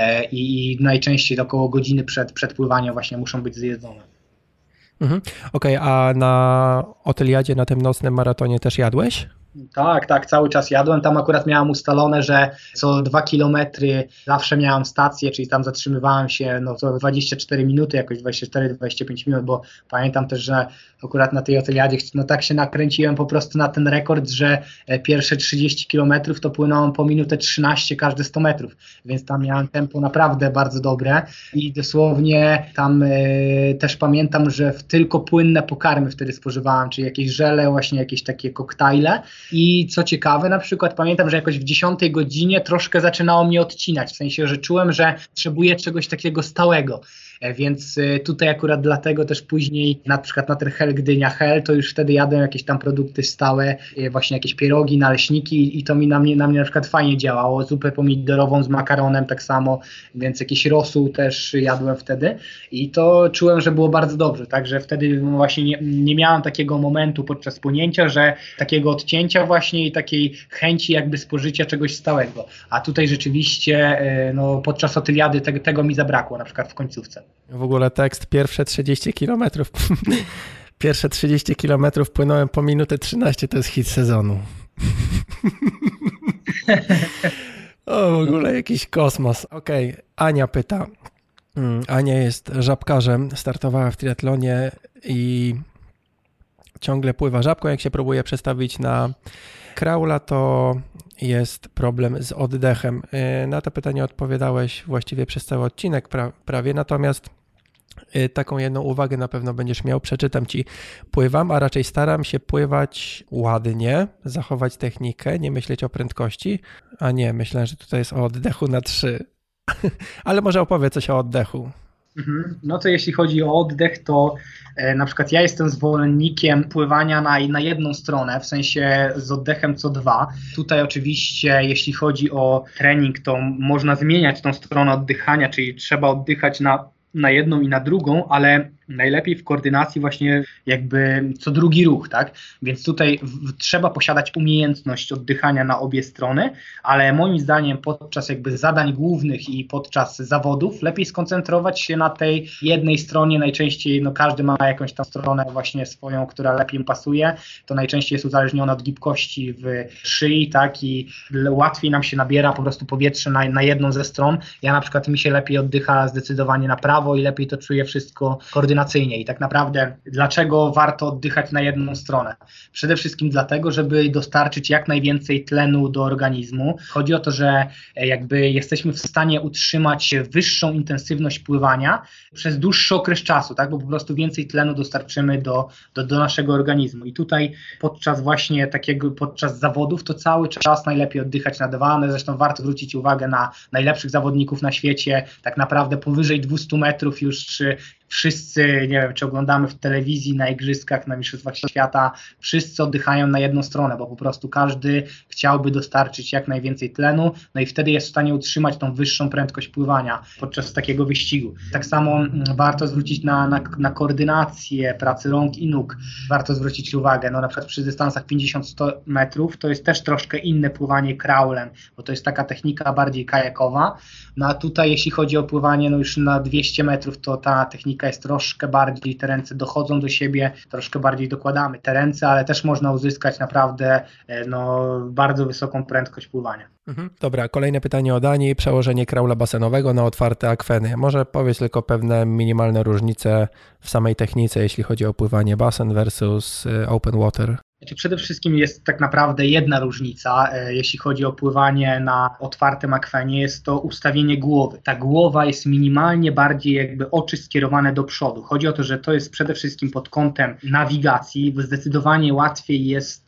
i najczęściej około godziny przed pływaniem właśnie muszą być zjedzone. Mhm. Okej, a na Oteliadzie, na tym nocnym maratonie też jadłeś? Tak, cały czas jadłem. Tam akurat miałam ustalone, że co 2 kilometry zawsze miałam stację, czyli tam zatrzymywałem się no co 24 minuty, jakoś 24-25 minut, bo pamiętam też, że akurat na tej Oteliadzie no tak się nakręciłem po prostu na ten rekord, że pierwsze 30 kilometrów to płynąłem po minutę 13 każde 100 metrów, więc tam miałem tempo naprawdę bardzo dobre i dosłownie tam też pamiętam, że tylko płynne pokarmy wtedy spożywałem, czyli jakieś żele, właśnie jakieś takie koktajle. I co ciekawe, na przykład pamiętam, że jakoś w 10 godzinie troszkę zaczynało mnie odcinać, w sensie, że czułem, że potrzebuję czegoś takiego stałego. Więc tutaj akurat dlatego też później na przykład na ten Hel Gdynia Hel to już wtedy jadłem jakieś tam produkty stałe, właśnie jakieś pierogi, naleśniki i to na mnie na przykład fajnie działało, zupę pomidorową z makaronem tak samo, więc jakiś rosół też jadłem wtedy i to czułem, że było bardzo dobrze, także wtedy właśnie nie miałem takiego momentu podczas płynięcia, że takiego odcięcia właśnie i takiej chęci jakby spożycia czegoś stałego, a tutaj rzeczywiście no, podczas Oteliady tego mi zabrakło na przykład w końcówce. W ogóle tekst pierwsze 30 kilometrów. Pierwsze 30 kilometrów płynąłem po minutę 13, to jest hit sezonu. O, w ogóle jakiś kosmos. Okej, Ania pyta. Ania jest żabkarzem, startowała w triatlonie i ciągle pływa żabką. Jak się próbuje przestawić na kraula, to jest problem z oddechem. Na to pytanie odpowiadałeś właściwie przez cały odcinek prawie, natomiast taką jedną uwagę na pewno będziesz miał. Przeczytam ci. Pływam, a raczej staram się pływać ładnie, zachować technikę, nie myśleć o prędkości. A nie, myślę, że tutaj jest o oddechu na 3. Ale może opowiedz coś o oddechu. No to jeśli chodzi o oddech, to na przykład ja jestem zwolennikiem pływania na jedną stronę, w sensie z oddechem co 2. Tutaj oczywiście jeśli chodzi o trening, to można zmieniać tą stronę oddychania, czyli trzeba oddychać na jedną i na drugą, ale najlepiej w koordynacji właśnie jakby co drugi ruch, tak? Więc tutaj trzeba posiadać umiejętność oddychania na obie strony, ale moim zdaniem podczas jakby zadań głównych i podczas zawodów lepiej skoncentrować się na tej jednej stronie. Najczęściej każdy ma jakąś tam stronę właśnie swoją, która lepiej mu pasuje. To najczęściej jest uzależnione od gibkości w szyi, tak? I łatwiej nam się nabiera po prostu powietrze na jedną ze stron. Ja na przykład mi się lepiej oddycha zdecydowanie na prawo i lepiej to czuję wszystko koordynacyjnie. I tak naprawdę dlaczego warto oddychać na jedną stronę? Przede wszystkim dlatego, żeby dostarczyć jak najwięcej tlenu do organizmu. Chodzi o to, że jakby jesteśmy w stanie utrzymać wyższą intensywność pływania przez dłuższy okres czasu, tak? Bo po prostu więcej tlenu dostarczymy do naszego organizmu. I tutaj podczas zawodów to cały czas najlepiej oddychać na dwa. Zresztą warto zwrócić uwagę na najlepszych zawodników na świecie. Tak naprawdę powyżej 200 metrów już wszyscy, nie wiem, czy oglądamy w telewizji, na igrzyskach, na mistrzostwach świata, wszyscy oddychają na jedną stronę, bo po prostu każdy chciałby dostarczyć jak najwięcej tlenu, no i wtedy jest w stanie utrzymać tą wyższą prędkość pływania podczas takiego wyścigu. Tak samo warto zwrócić na koordynację pracy rąk i nóg. Warto zwrócić uwagę, na przykład przy dystansach 50-100 metrów to jest też troszkę inne pływanie crawlem, bo to jest taka technika bardziej kajakowa, no a tutaj jeśli chodzi o pływanie już na 200 metrów, to ta technika jest troszkę bardziej, te ręce dochodzą do siebie, troszkę bardziej dokładamy te ręce, ale też można uzyskać naprawdę bardzo wysoką prędkość pływania. Dobra, kolejne pytanie od Ani. Przełożenie kraula basenowego na otwarte akweny. Może powiedz tylko pewne minimalne różnice w samej technice, jeśli chodzi o pływanie basen versus open water. Przede wszystkim jest tak naprawdę jedna różnica, jeśli chodzi o pływanie na otwartym akwenie, jest to ustawienie głowy. Ta głowa jest minimalnie bardziej jakby oczy skierowane do przodu. Chodzi o to, że to jest przede wszystkim pod kątem nawigacji, zdecydowanie łatwiej jest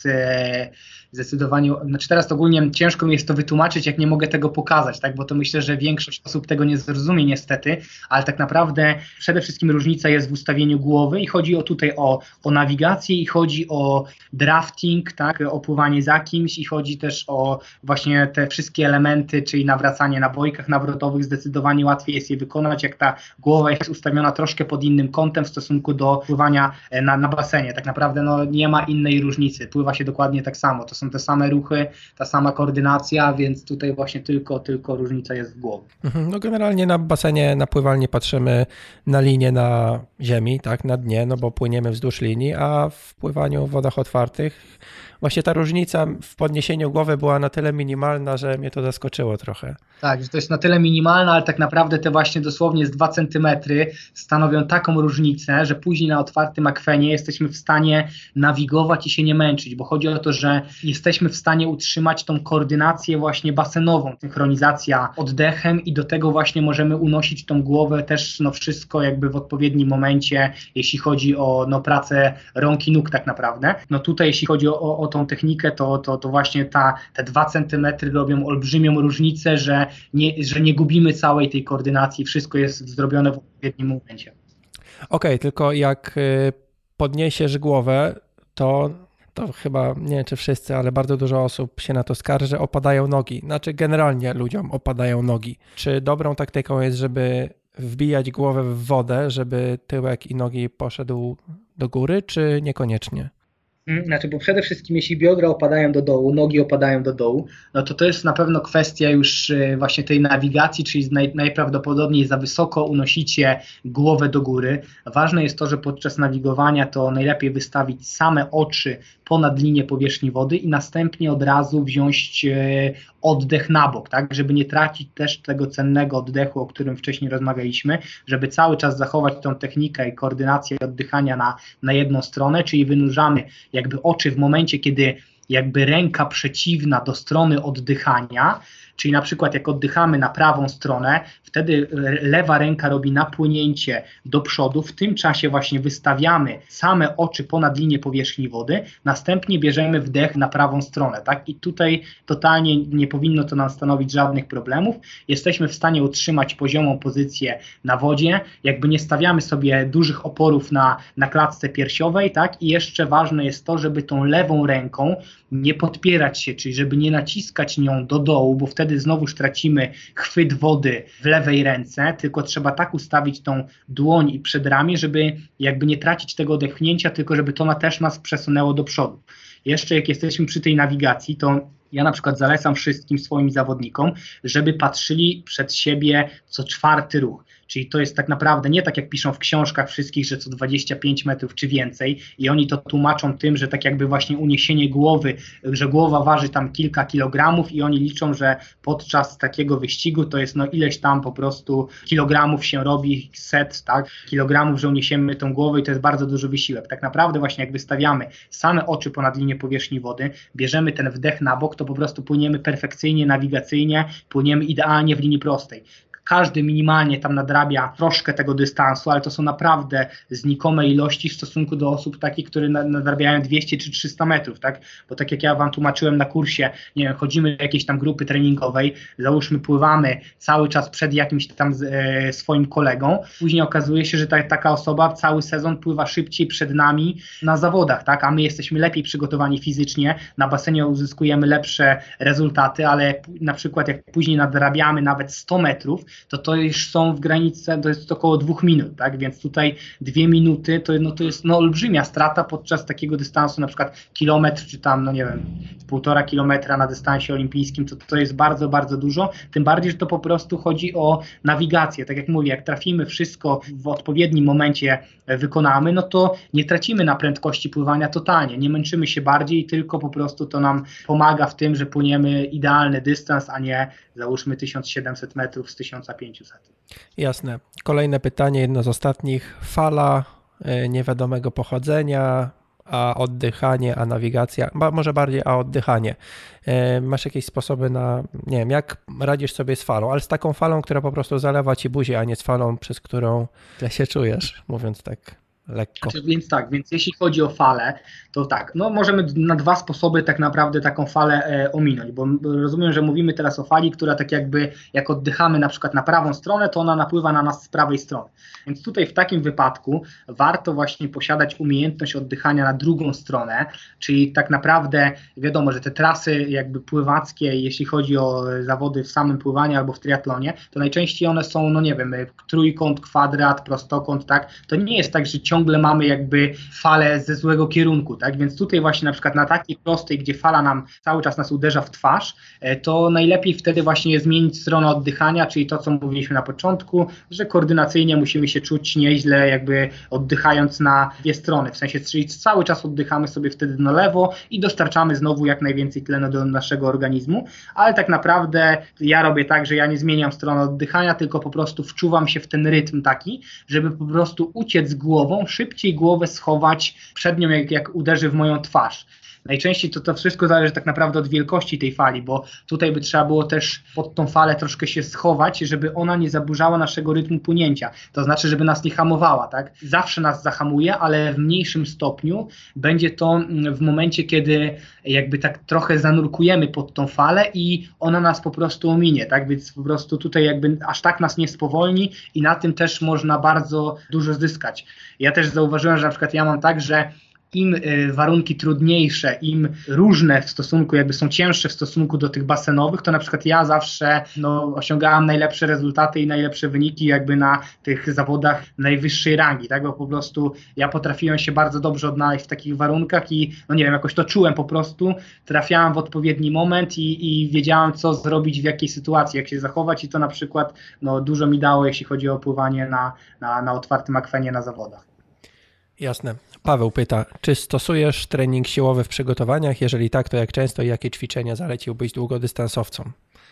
teraz ogólnie ciężko mi jest to wytłumaczyć, jak nie mogę tego pokazać, tak, bo to myślę, że większość osób tego nie zrozumie niestety, ale tak naprawdę przede wszystkim różnica jest w ustawieniu głowy i chodzi tutaj o nawigację i chodzi o drafting, tak, o pływanie za kimś i chodzi też o właśnie te wszystkie elementy, czyli nawracanie na bojkach nawrotowych, zdecydowanie łatwiej jest je wykonać, jak ta głowa jest ustawiona troszkę pod innym kątem w stosunku do pływania na basenie. Tak naprawdę nie ma innej różnicy, pływa się dokładnie tak samo, to są te same ruchy, ta sama koordynacja, więc tutaj właśnie tylko różnica jest w głowie. Generalnie na basenie, na pływalni patrzymy na linię na ziemi, tak, na dnie, bo płyniemy wzdłuż linii, a w pływaniu w wodach otwartych właśnie ta różnica w podniesieniu głowy była na tyle minimalna, że mnie to zaskoczyło trochę. Tak, że to jest na tyle minimalne, ale tak naprawdę te właśnie dosłownie z 2 cm stanowią taką różnicę, że później na otwartym akwenie jesteśmy w stanie nawigować i się nie męczyć, bo chodzi o to, że jesteśmy w stanie utrzymać tą koordynację właśnie basenową, synchronizacja oddechem i do tego właśnie możemy unosić tą głowę też wszystko jakby w odpowiednim momencie, jeśli chodzi o pracę rąk i nóg tak naprawdę. Tutaj jeśli chodzi o tą technikę, to właśnie te 2 cm robią olbrzymią różnicę, że nie gubimy całej tej koordynacji, wszystko jest zrobione w odpowiednim momencie. Okej, tylko jak podniesiesz głowę, to chyba, nie wiem czy wszyscy, ale bardzo dużo osób się na to skarży, że opadają nogi. Znaczy generalnie ludziom opadają nogi. Czy dobrą taktyką jest, żeby wbijać głowę w wodę, żeby tyłek i nogi poszedł do góry, czy niekoniecznie? Bo przede wszystkim jeśli biodra opadają do dołu, nogi opadają do dołu, to jest na pewno kwestia już właśnie tej nawigacji, czyli najprawdopodobniej za wysoko unosicie głowę do góry. Ważne jest to, że podczas nawigowania to najlepiej wystawić same oczy ponad linię powierzchni wody i następnie od razu wziąć oddech na bok, tak, żeby nie tracić też tego cennego oddechu, o którym wcześniej rozmawialiśmy, żeby cały czas zachować tą technikę i koordynację oddychania na jedną stronę, czyli wynurzamy jakby oczy w momencie, kiedy jakby ręka przeciwna do strony oddychania, czyli na przykład jak oddychamy na prawą stronę, wtedy lewa ręka robi napłynięcie do przodu, w tym czasie właśnie wystawiamy same oczy ponad linię powierzchni wody, następnie bierzemy wdech na prawą stronę, tak? I tutaj totalnie nie powinno to nam stanowić żadnych problemów, jesteśmy w stanie utrzymać poziomą pozycję na wodzie, jakby nie stawiamy sobie dużych oporów na klatce piersiowej, tak? I jeszcze ważne jest to, żeby tą lewą ręką nie podpierać się, czyli żeby nie naciskać nią do dołu, bo wtedy znowuż tracimy chwyt wody w lewej ręce, tylko trzeba tak ustawić tą dłoń i przedramię, żeby jakby nie tracić tego odepchnięcia, tylko żeby to też nas przesunęło do przodu. Jeszcze jak jesteśmy przy tej nawigacji, to ja na przykład zalecam wszystkim swoim zawodnikom, żeby patrzyli przed siebie co 4. ruch. Czyli to jest tak naprawdę nie tak jak piszą w książkach wszystkich, że co 25 metrów czy więcej i oni to tłumaczą tym, że tak jakby właśnie uniesienie głowy, że głowa waży tam kilka kilogramów i oni liczą, że podczas takiego wyścigu to jest no ileś tam po prostu kilogramów się robi, set, tak, kilogramów, że uniesiemy tą głowę i to jest bardzo duży wysiłek. Tak naprawdę właśnie jak wystawiamy same oczy ponad linię powierzchni wody, bierzemy ten wdech na bok, to po prostu płyniemy perfekcyjnie, nawigacyjnie, płyniemy idealnie w linii prostej. Każdy minimalnie tam nadrabia troszkę tego dystansu, ale to są naprawdę znikome ilości w stosunku do osób takich, które nadrabiają 200 czy 300 metrów, tak? Bo tak jak ja wam tłumaczyłem na kursie, nie wiem, chodzimy do jakiejś tam grupy treningowej, załóżmy pływamy cały czas przed jakimś tam swoim kolegą, później okazuje się, że taka osoba cały sezon pływa szybciej przed nami na zawodach, tak? A my jesteśmy lepiej przygotowani fizycznie, na basenie uzyskujemy lepsze rezultaty, ale na przykład jak później nadrabiamy nawet 100 metrów, to już są w granicy, to jest około 2 minut, tak? Więc tutaj 2 minuty to jest olbrzymia strata podczas takiego dystansu, na przykład kilometr, czy tam, no nie wiem, 1,5 kilometra na dystansie olimpijskim, to jest bardzo, bardzo dużo, tym bardziej, że to po prostu chodzi o nawigację, tak jak mówię, jak trafimy wszystko w odpowiednim momencie wykonamy, no to nie tracimy na prędkości pływania totalnie, nie męczymy się bardziej, tylko po prostu to nam pomaga w tym, że płyniemy idealny dystans, a nie załóżmy 1700 metrów z 1500. Jasne. Kolejne pytanie, jedno z ostatnich. Fala niewiadomego pochodzenia, a oddychanie, a nawigacja, może bardziej a oddychanie. Masz jakieś sposoby na, nie wiem, jak radzisz sobie z falą, ale z taką falą, która po prostu zalewa ci buzię, a nie z falą, przez którą źle się czujesz, mówiąc tak lekko. Więc jeśli chodzi o falę, to tak, no możemy na 2 sposoby tak naprawdę taką falę ominąć, bo rozumiem, że mówimy teraz o fali, która tak jakby jak oddychamy na przykład na prawą stronę, to ona napływa na nas z prawej strony. Więc tutaj w takim wypadku warto właśnie posiadać umiejętność oddychania na drugą stronę, czyli tak naprawdę wiadomo, że te trasy jakby pływackie, jeśli chodzi o zawody w samym pływaniu albo w triatlonie, to najczęściej one są, no nie wiem, trójkąt, kwadrat, prostokąt, tak, to nie jest tak, że ciągle mamy jakby falę ze złego kierunku, tak, więc tutaj właśnie na przykład na takiej prostej, gdzie fala nam cały czas nas uderza w twarz, to najlepiej wtedy właśnie jest zmienić stronę oddychania, czyli to, co mówiliśmy na początku, że koordynacyjnie musimy się czuć nieźle, jakby oddychając na 2 strony, w sensie, czyli cały czas oddychamy sobie wtedy na lewo i dostarczamy znowu jak najwięcej tlenu do naszego organizmu, ale tak naprawdę ja robię tak, że ja nie zmieniam strony oddychania, tylko po prostu wczuwam się w ten rytm taki, żeby po prostu uciec głową, szybciej głowę schować przed nią, jak uderzy w moją twarz. Najczęściej to wszystko zależy tak naprawdę od wielkości tej fali, bo tutaj by trzeba było też pod tą falę troszkę się schować, żeby ona nie zaburzała naszego rytmu płynięcia. To znaczy, żeby nas nie hamowała, tak? Zawsze nas zahamuje, ale w mniejszym stopniu będzie to w momencie, kiedy jakby tak trochę zanurkujemy pod tą falę i ona nas po prostu ominie, tak? Więc po prostu tutaj jakby aż tak nas nie spowolni i na tym też można bardzo dużo zyskać. Ja też zauważyłem, że na przykład ja mam tak, że im warunki trudniejsze, im różne w stosunku, jakby są cięższe w stosunku do tych basenowych, to na przykład ja zawsze osiągałam najlepsze rezultaty i najlepsze wyniki jakby na tych zawodach najwyższej rangi, tak, bo po prostu ja potrafiłem się bardzo dobrze odnaleźć w takich warunkach i no nie wiem, jakoś to czułem po prostu, trafiałem w odpowiedni moment i wiedziałem, co zrobić w jakiej sytuacji, jak się zachować i to na przykład dużo mi dało, jeśli chodzi o pływanie na otwartym akwenie na zawodach. Jasne. Paweł pyta, czy stosujesz trening siłowy w przygotowaniach? Jeżeli tak, to jak często i jakie ćwiczenia zaleciłbyś długodystansowcom?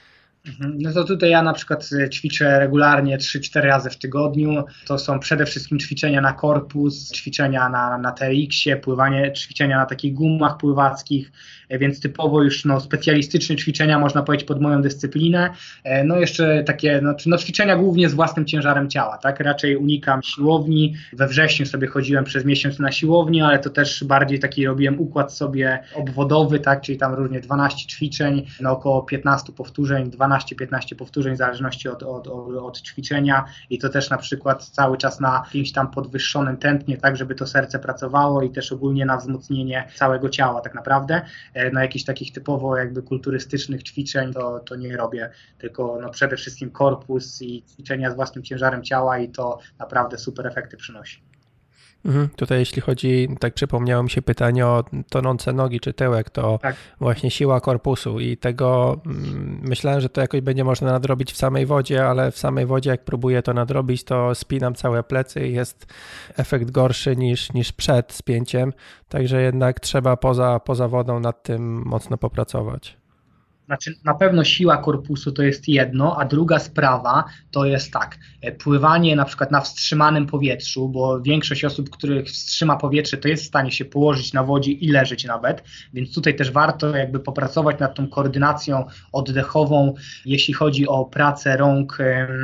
No to tutaj ja na przykład ćwiczę regularnie 3-4 razy w tygodniu. To są przede wszystkim ćwiczenia na korpus, ćwiczenia na TRX-ie, ćwiczenia na takich gumach pływackich, więc typowo już specjalistyczne ćwiczenia można powiedzieć pod moją dyscyplinę. No jeszcze takie ćwiczenia głównie z własnym ciężarem ciała, tak? Raczej unikam siłowni. We wrześniu sobie chodziłem przez miesiąc na siłownię, ale to też bardziej taki robiłem układ sobie obwodowy, tak? Czyli tam różnie 12 ćwiczeń, około 15 powtórzeń, 12 12-15 powtórzeń w zależności od ćwiczenia i to też na przykład cały czas na jakimś tam podwyższonym tętnie, tak żeby to serce pracowało i też ogólnie na wzmocnienie całego ciała tak naprawdę. Na jakichś takich typowo jakby kulturystycznych ćwiczeń to nie robię, tylko no przede wszystkim korpus i ćwiczenia z własnym ciężarem ciała i to naprawdę super efekty przynosi. Tutaj jeśli chodzi, tak przypomniało mi się pytanie o tonące nogi czy tyłek, to tak. Właśnie siła korpusu i tego myślałem, że to jakoś będzie można nadrobić w samej wodzie, ale w samej wodzie jak próbuję to nadrobić, to spinam całe plecy i jest efekt gorszy niż przed spięciem, także jednak trzeba poza wodą nad tym mocno popracować. Znaczy, na pewno siła korpusu to jest jedno, a druga sprawa to jest tak, pływanie na przykład na wstrzymanym powietrzu, bo większość osób, których wstrzyma powietrze, to jest w stanie się położyć na wodzie i leżeć nawet, więc tutaj też warto jakby popracować nad tą koordynacją oddechową, jeśli chodzi o pracę rąk,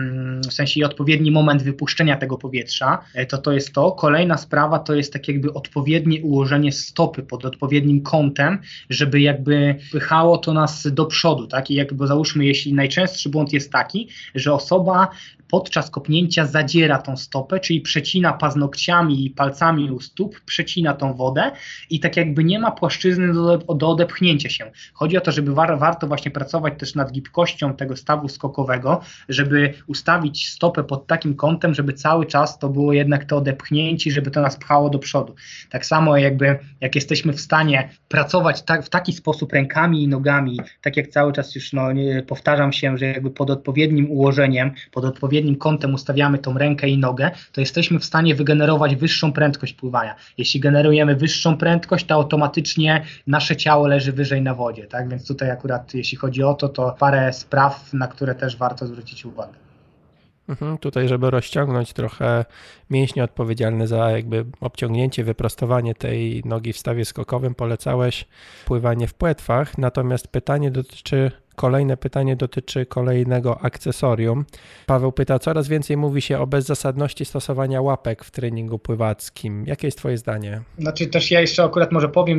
w sensie i odpowiedni moment wypuszczenia tego powietrza, to jest to. Kolejna sprawa to jest tak jakby odpowiednie ułożenie stopy pod odpowiednim kątem, żeby jakby pychało to nas do przodu, tak? I jakby załóżmy, jeśli najczęstszy błąd jest taki, że osoba podczas kopnięcia zadziera tą stopę, czyli przecina paznokciami i palcami u stóp, przecina tą wodę i tak jakby nie ma płaszczyzny do odepchnięcia się. Chodzi o to, żeby warto właśnie pracować też nad gibkością tego stawu skokowego, żeby ustawić stopę pod takim kątem, żeby cały czas to było jednak to odepchnięcie, żeby to nas pchało do przodu. Tak samo jakby jak jesteśmy w stanie pracować w taki sposób rękami i nogami, tak jak cały czas już powtarzam się, że jakby pod odpowiednim ułożeniem, pod odpowiednim kątem ustawiamy tą rękę i nogę, to jesteśmy w stanie wygenerować wyższą prędkość pływania. Jeśli generujemy wyższą prędkość, to automatycznie nasze ciało leży wyżej na wodzie, tak? Więc tutaj akurat jeśli chodzi o to parę spraw, na które też warto zwrócić uwagę. Tutaj, żeby rozciągnąć trochę mięśnie odpowiedzialne za jakby obciągnięcie, wyprostowanie tej nogi w stawie skokowym, polecałeś pływanie w płetwach, natomiast kolejne pytanie dotyczy kolejnego akcesorium. Paweł pyta, coraz więcej mówi się o bezzasadności stosowania łapek w treningu pływackim. Jakie jest twoje zdanie? Znaczy też ja jeszcze akurat może powiem,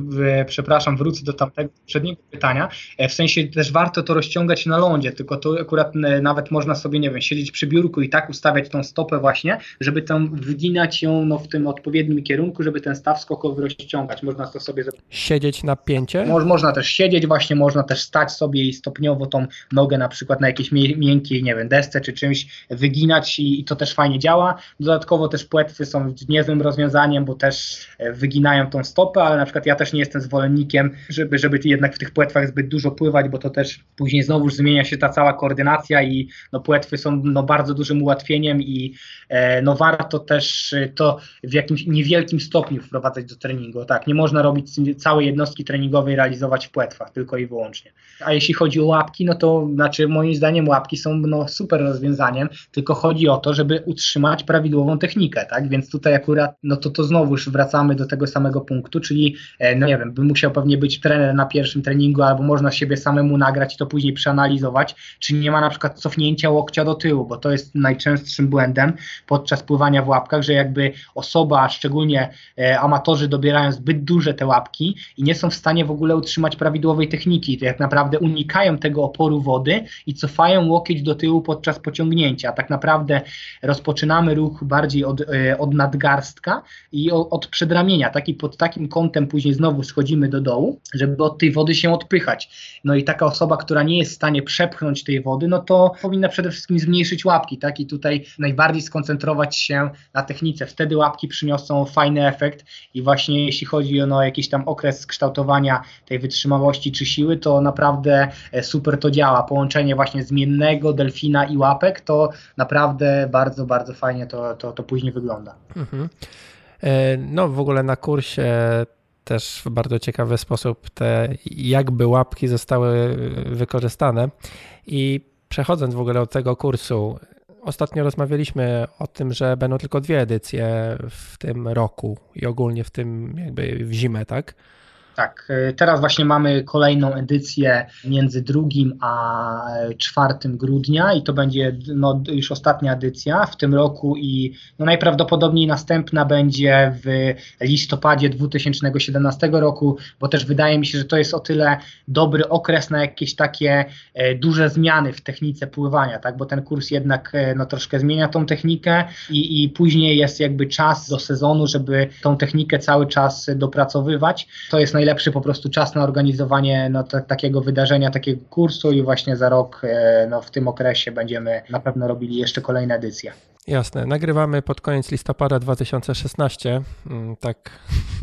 wrócę do tamtego poprzedniego pytania. W sensie też warto to rozciągać na lądzie, tylko to akurat nawet można sobie, nie wiem, siedzieć przy biurku i tak ustawiać tą stopę właśnie, żeby tam wyginać ją w tym odpowiednim kierunku, żeby ten staw skokowy rozciągać. Można to sobie... Siedzieć na pięcie? Można też siedzieć właśnie, można też stać sobie i stopniowo tą nogę na przykład na jakiejś miękkiej, nie wiem, desce czy czymś wyginać i to też fajnie działa. Dodatkowo też płetwy są niezłym rozwiązaniem, bo też wyginają tą stopę, ale na przykład ja też nie jestem zwolennikiem, żeby jednak w tych płetwach zbyt dużo pływać, bo to też później znowu zmienia się ta cała koordynacja i płetwy są bardzo dużym ułatwieniem i warto też to w jakimś niewielkim stopniu wprowadzać do treningu. Tak, nie można robić całej jednostki treningowej realizować w płetwach, tylko i wyłącznie. A jeśli chodzi o łapki, to znaczy moim zdaniem łapki są super rozwiązaniem, tylko chodzi o to, żeby utrzymać prawidłową technikę, tak? Więc tutaj akurat, to znowuż wracamy do tego samego punktu, czyli nie wiem, by musiał pewnie być trener na pierwszym treningu, albo można siebie samemu nagrać i to później przeanalizować, czy nie ma na przykład cofnięcia łokcia do tyłu, bo to jest najczęstszym błędem podczas pływania w łapkach, że jakby osoba, szczególnie amatorzy dobierają zbyt duże te łapki i nie są w stanie w ogóle utrzymać prawidłowej techniki, to jak naprawdę unikają tego oporu wody i cofają łokieć do tyłu podczas pociągnięcia. A tak naprawdę rozpoczynamy ruch bardziej od nadgarstka i od przedramienia. I pod takim kątem później znowu schodzimy do dołu, żeby od tej wody się odpychać. I taka osoba, która nie jest w stanie przepchnąć tej wody, to powinna przede wszystkim zmniejszyć łapki. I tutaj najbardziej skoncentrować się na technice. Wtedy łapki przyniosą fajny efekt i właśnie jeśli chodzi o jakiś tam okres kształtowania tej wytrzymałości czy siły, to naprawdę super to działa. Połączenie właśnie zmiennego, delfina i łapek, to naprawdę bardzo, bardzo fajnie to później wygląda. W ogóle na kursie też w bardzo ciekawy sposób te jakby łapki zostały wykorzystane i przechodząc w ogóle od tego kursu, ostatnio rozmawialiśmy o tym, że będą tylko 2 edycje w tym roku i ogólnie w tym jakby w zimę, tak? Tak, teraz właśnie mamy kolejną edycję między 2 a 4 grudnia i to będzie już ostatnia edycja w tym roku i najprawdopodobniej następna będzie w listopadzie 2017 roku, bo też wydaje mi się, że to jest o tyle dobry okres na jakieś takie duże zmiany w technice pływania, tak? Bo ten kurs jednak troszkę zmienia tą technikę i później jest jakby czas do sezonu, żeby tą technikę cały czas dopracowywać. To jest najlepszy po prostu czas na organizowanie takiego wydarzenia, takiego kursu i właśnie za rok w tym okresie będziemy na pewno robili jeszcze kolejne edycje. Jasne, nagrywamy pod koniec listopada 2016, tak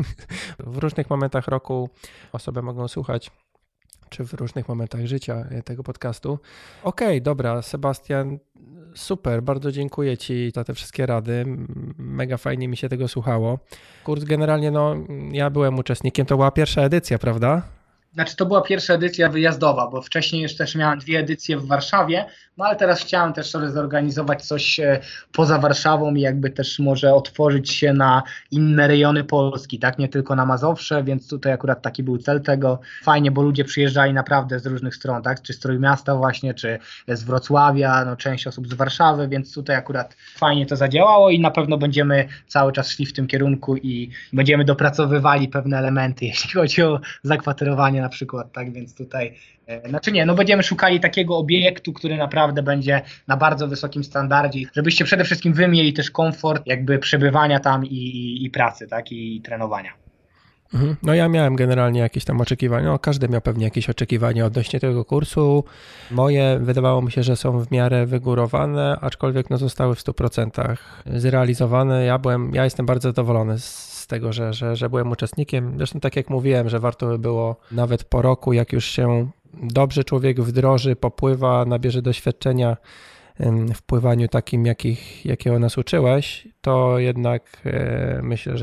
w różnych momentach roku osoby mogą słuchać, czy w różnych momentach życia tego podcastu. Okej, dobra, Sebastian, super, bardzo dziękuję Ci za te wszystkie rady, mega fajnie mi się tego słuchało. Kurs generalnie, ja byłem uczestnikiem, to była pierwsza edycja, prawda? Znaczy to była pierwsza edycja wyjazdowa, bo wcześniej już też miałem 2 edycje w Warszawie, ale teraz chciałem też sobie zorganizować coś poza Warszawą i jakby też może otworzyć się na inne rejony Polski, tak, nie tylko na Mazowsze, więc tutaj akurat taki był cel tego. Fajnie, bo ludzie przyjeżdżali naprawdę z różnych stron, tak, czy z Trójmiasta właśnie, czy z Wrocławia, część osób z Warszawy, więc tutaj akurat fajnie to zadziałało i na pewno będziemy cały czas szli w tym kierunku i będziemy dopracowywali pewne elementy, jeśli chodzi o zakwaterowanie na przykład, tak, więc tutaj, będziemy szukali takiego obiektu, który naprawdę będzie na bardzo wysokim standardzie, żebyście przede wszystkim wy mieli też komfort jakby przebywania tam i pracy, tak, i trenowania. No ja miałem generalnie jakieś tam oczekiwania, każdy miał pewnie jakieś oczekiwania odnośnie tego kursu. Moje wydawało mi się, że są w miarę wygórowane, aczkolwiek zostały w 100% zrealizowane. Ja jestem bardzo zadowolony z tego, że byłem uczestnikiem. Zresztą tak jak mówiłem, że warto by było nawet po roku, jak już się dobrze człowiek wdroży, popływa, nabierze doświadczenia w pływaniu takim, jakiego nas uczyłeś, to jednak myślę, że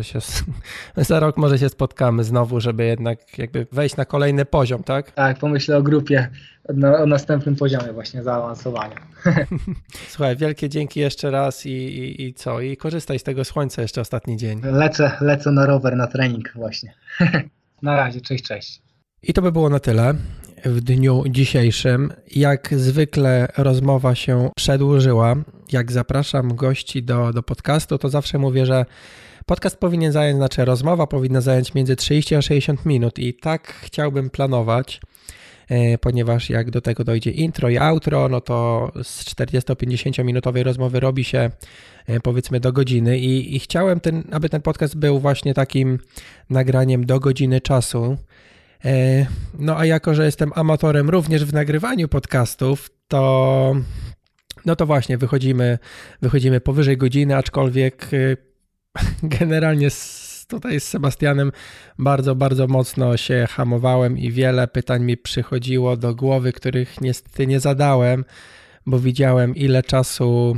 za rok może się spotkamy znowu, żeby jednak jakby wejść na kolejny poziom, tak? Tak, pomyślę o grupie, o następnym poziomie właśnie zaawansowania. Słuchaj, wielkie dzięki jeszcze raz i korzystaj z tego słońca jeszcze ostatni dzień. Lecę na rower, na trening właśnie. Na razie, cześć. I to by było na tyle w dniu dzisiejszym. Jak zwykle rozmowa się przedłużyła. Jak zapraszam gości do podcastu, to zawsze mówię, że podcast powinien zająć, rozmowa powinna zająć między 30 a 60 minut i tak chciałbym planować, ponieważ jak do tego dojdzie intro i outro, to z 40-50 minutowej rozmowy robi się powiedzmy do godziny i chciałem, aby ten podcast był właśnie takim nagraniem do godziny czasu. A jako, że jestem amatorem również w nagrywaniu podcastów, to właśnie wychodzimy powyżej godziny, aczkolwiek generalnie tutaj z Sebastianem bardzo, bardzo mocno się hamowałem i wiele pytań mi przychodziło do głowy, których niestety nie zadałem, bo widziałem, ile czasu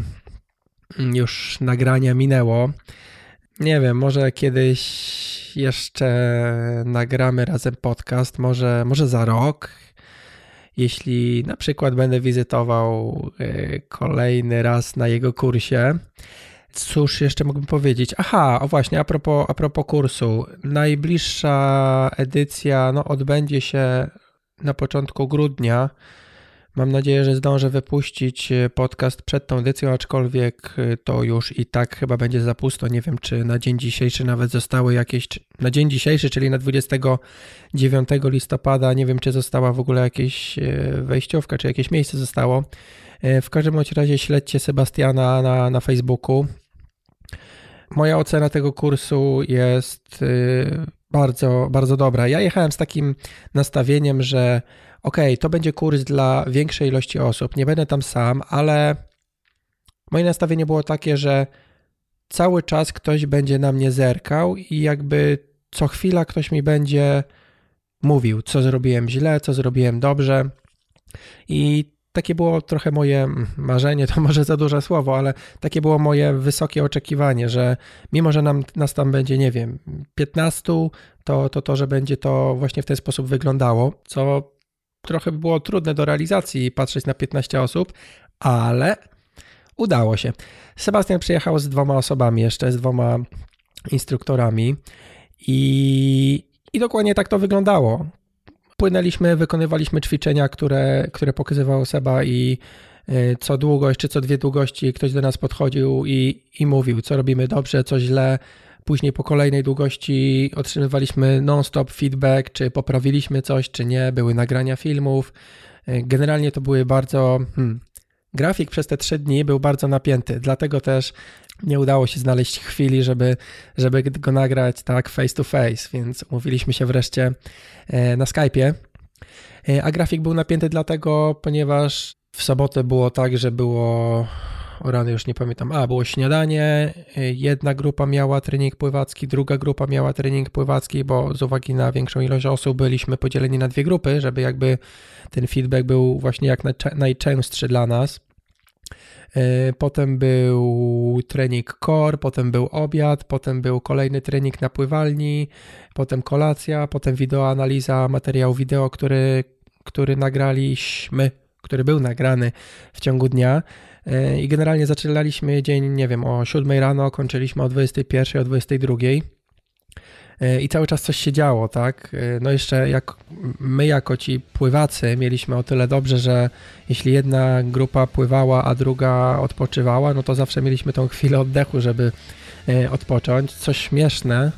już nagrania minęło. Nie wiem, może kiedyś jeszcze nagramy razem podcast, może za rok, jeśli na przykład będę wizytował kolejny raz na jego kursie. Cóż jeszcze mógłbym powiedzieć? Właśnie, a propos kursu. Najbliższa edycja odbędzie się na początku grudnia. Mam nadzieję, że zdążę wypuścić podcast przed tą edycją, aczkolwiek to już i tak chyba będzie za pusto. Nie wiem, czy na dzień dzisiejszy nawet zostały jakieś, na dzień dzisiejszy, czyli na 29 listopada, nie wiem, czy została w ogóle jakieś wejściówka, czy jakieś miejsce zostało. W każdym razie śledźcie Sebastiana na Facebooku. Moja ocena tego kursu jest bardzo, bardzo dobra. Ja jechałem z takim nastawieniem, że to będzie kurs dla większej ilości osób, nie będę tam sam, ale moje nastawienie było takie, że cały czas ktoś będzie na mnie zerkał i jakby co chwila ktoś mi będzie mówił, co zrobiłem źle, co zrobiłem dobrze i takie było trochę moje marzenie, to może za duże słowo, ale takie było moje wysokie oczekiwanie, że mimo, że nas tam będzie, nie wiem, 15, to że będzie to właśnie w ten sposób wyglądało, co trochę było trudne do realizacji patrzeć na 15 osób, ale udało się. Sebastian przyjechał z 2 osobami jeszcze, z 2 instruktorami i I dokładnie tak to wyglądało. Płynęliśmy, wykonywaliśmy ćwiczenia, które pokazywało Seba i co długość czy co 2 długości ktoś do nas podchodził i mówił, co robimy dobrze, co źle. Później po kolejnej długości otrzymywaliśmy non-stop feedback, czy poprawiliśmy coś, czy nie. Były nagrania filmów. Generalnie to były bardzo... Grafik przez te 3 dni był bardzo napięty, dlatego też nie udało się znaleźć chwili, żeby go nagrać tak face to face, więc umówiliśmy się wreszcie na Skype'ie. A grafik był napięty dlatego, ponieważ w sobotę było tak, że było... O rany już nie pamiętam. Było śniadanie, jedna grupa miała trening pływacki, druga grupa miała trening pływacki, bo z uwagi na większą ilość osób byliśmy podzieleni na 2 grupy, żeby jakby ten feedback był właśnie jak najczęstszy dla nas. Potem był trening core, potem był obiad, potem był kolejny trening na pływalni, potem kolacja, potem wideoanaliza materiału wideo, który nagraliśmy, który był nagrany w ciągu dnia. I generalnie zaczynaliśmy dzień, nie wiem, o 7 rano, kończyliśmy o 21, o 22 i cały czas coś się działo, tak? No jeszcze my jako ci pływacy mieliśmy o tyle dobrze, że jeśli jedna grupa pływała, a druga odpoczywała, no to zawsze mieliśmy tą chwilę oddechu, żeby odpocząć. Co śmieszne,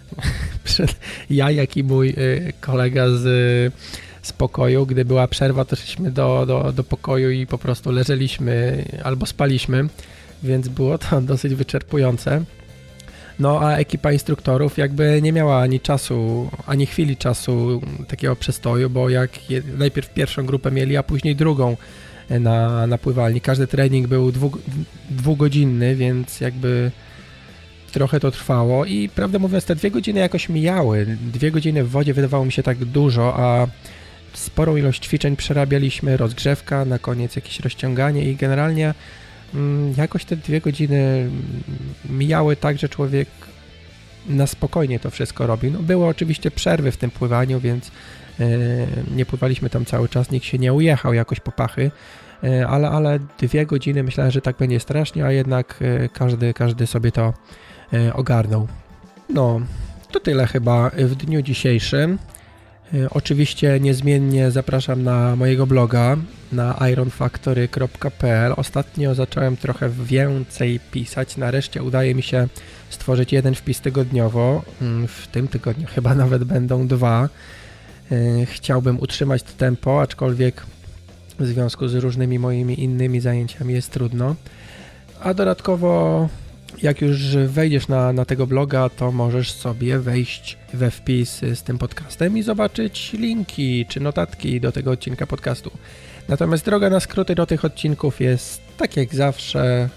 ja jak i mój kolega z pokoju, gdy była przerwa, to szliśmy do pokoju i po prostu leżeliśmy albo spaliśmy, więc było to dosyć wyczerpujące. No a ekipa instruktorów jakby nie miała ani chwili czasu takiego przestoju, bo jak najpierw pierwszą grupę mieli, a później drugą na pływalni. Każdy trening był 2-godzinny, więc jakby trochę to trwało i prawdę mówiąc te 2 godziny jakoś mijały. 2 godziny w wodzie wydawało mi się tak dużo, a sporą ilość ćwiczeń przerabialiśmy, rozgrzewka, na koniec jakieś rozciąganie i generalnie jakoś te 2 godziny mijały tak, że człowiek na spokojnie to wszystko robi. No były oczywiście przerwy w tym pływaniu, więc nie pływaliśmy tam cały czas, nikt się nie ujechał jakoś po pachy, ale 2 godziny myślałem, że tak będzie strasznie, a jednak każdy sobie to ogarnął. No, to tyle chyba w dniu dzisiejszym. Oczywiście niezmiennie zapraszam na mojego bloga na ironfactory.pl. Ostatnio zacząłem trochę więcej pisać. Nareszcie udaje mi się stworzyć 1 wpis tygodniowo. W tym tygodniu chyba nawet będą 2. Chciałbym utrzymać to tempo, aczkolwiek w związku z różnymi moimi innymi zajęciami jest trudno. A dodatkowo jak już wejdziesz na tego bloga, to możesz sobie wejść we wpis z tym podcastem i zobaczyć linki czy notatki do tego odcinka podcastu. Natomiast droga na skróty do tych odcinków jest tak jak zawsze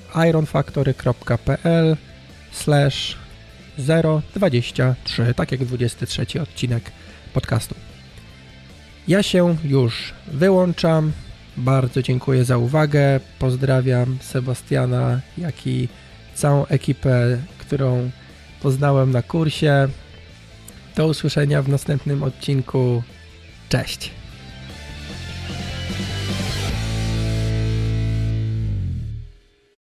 ironfactory.pl/023, tak jak 23 odcinek podcastu. Ja się już wyłączam. Bardzo dziękuję za uwagę. Pozdrawiam Sebastiana, jak i całą ekipę, którą poznałem na kursie. Do usłyszenia w następnym odcinku. Cześć!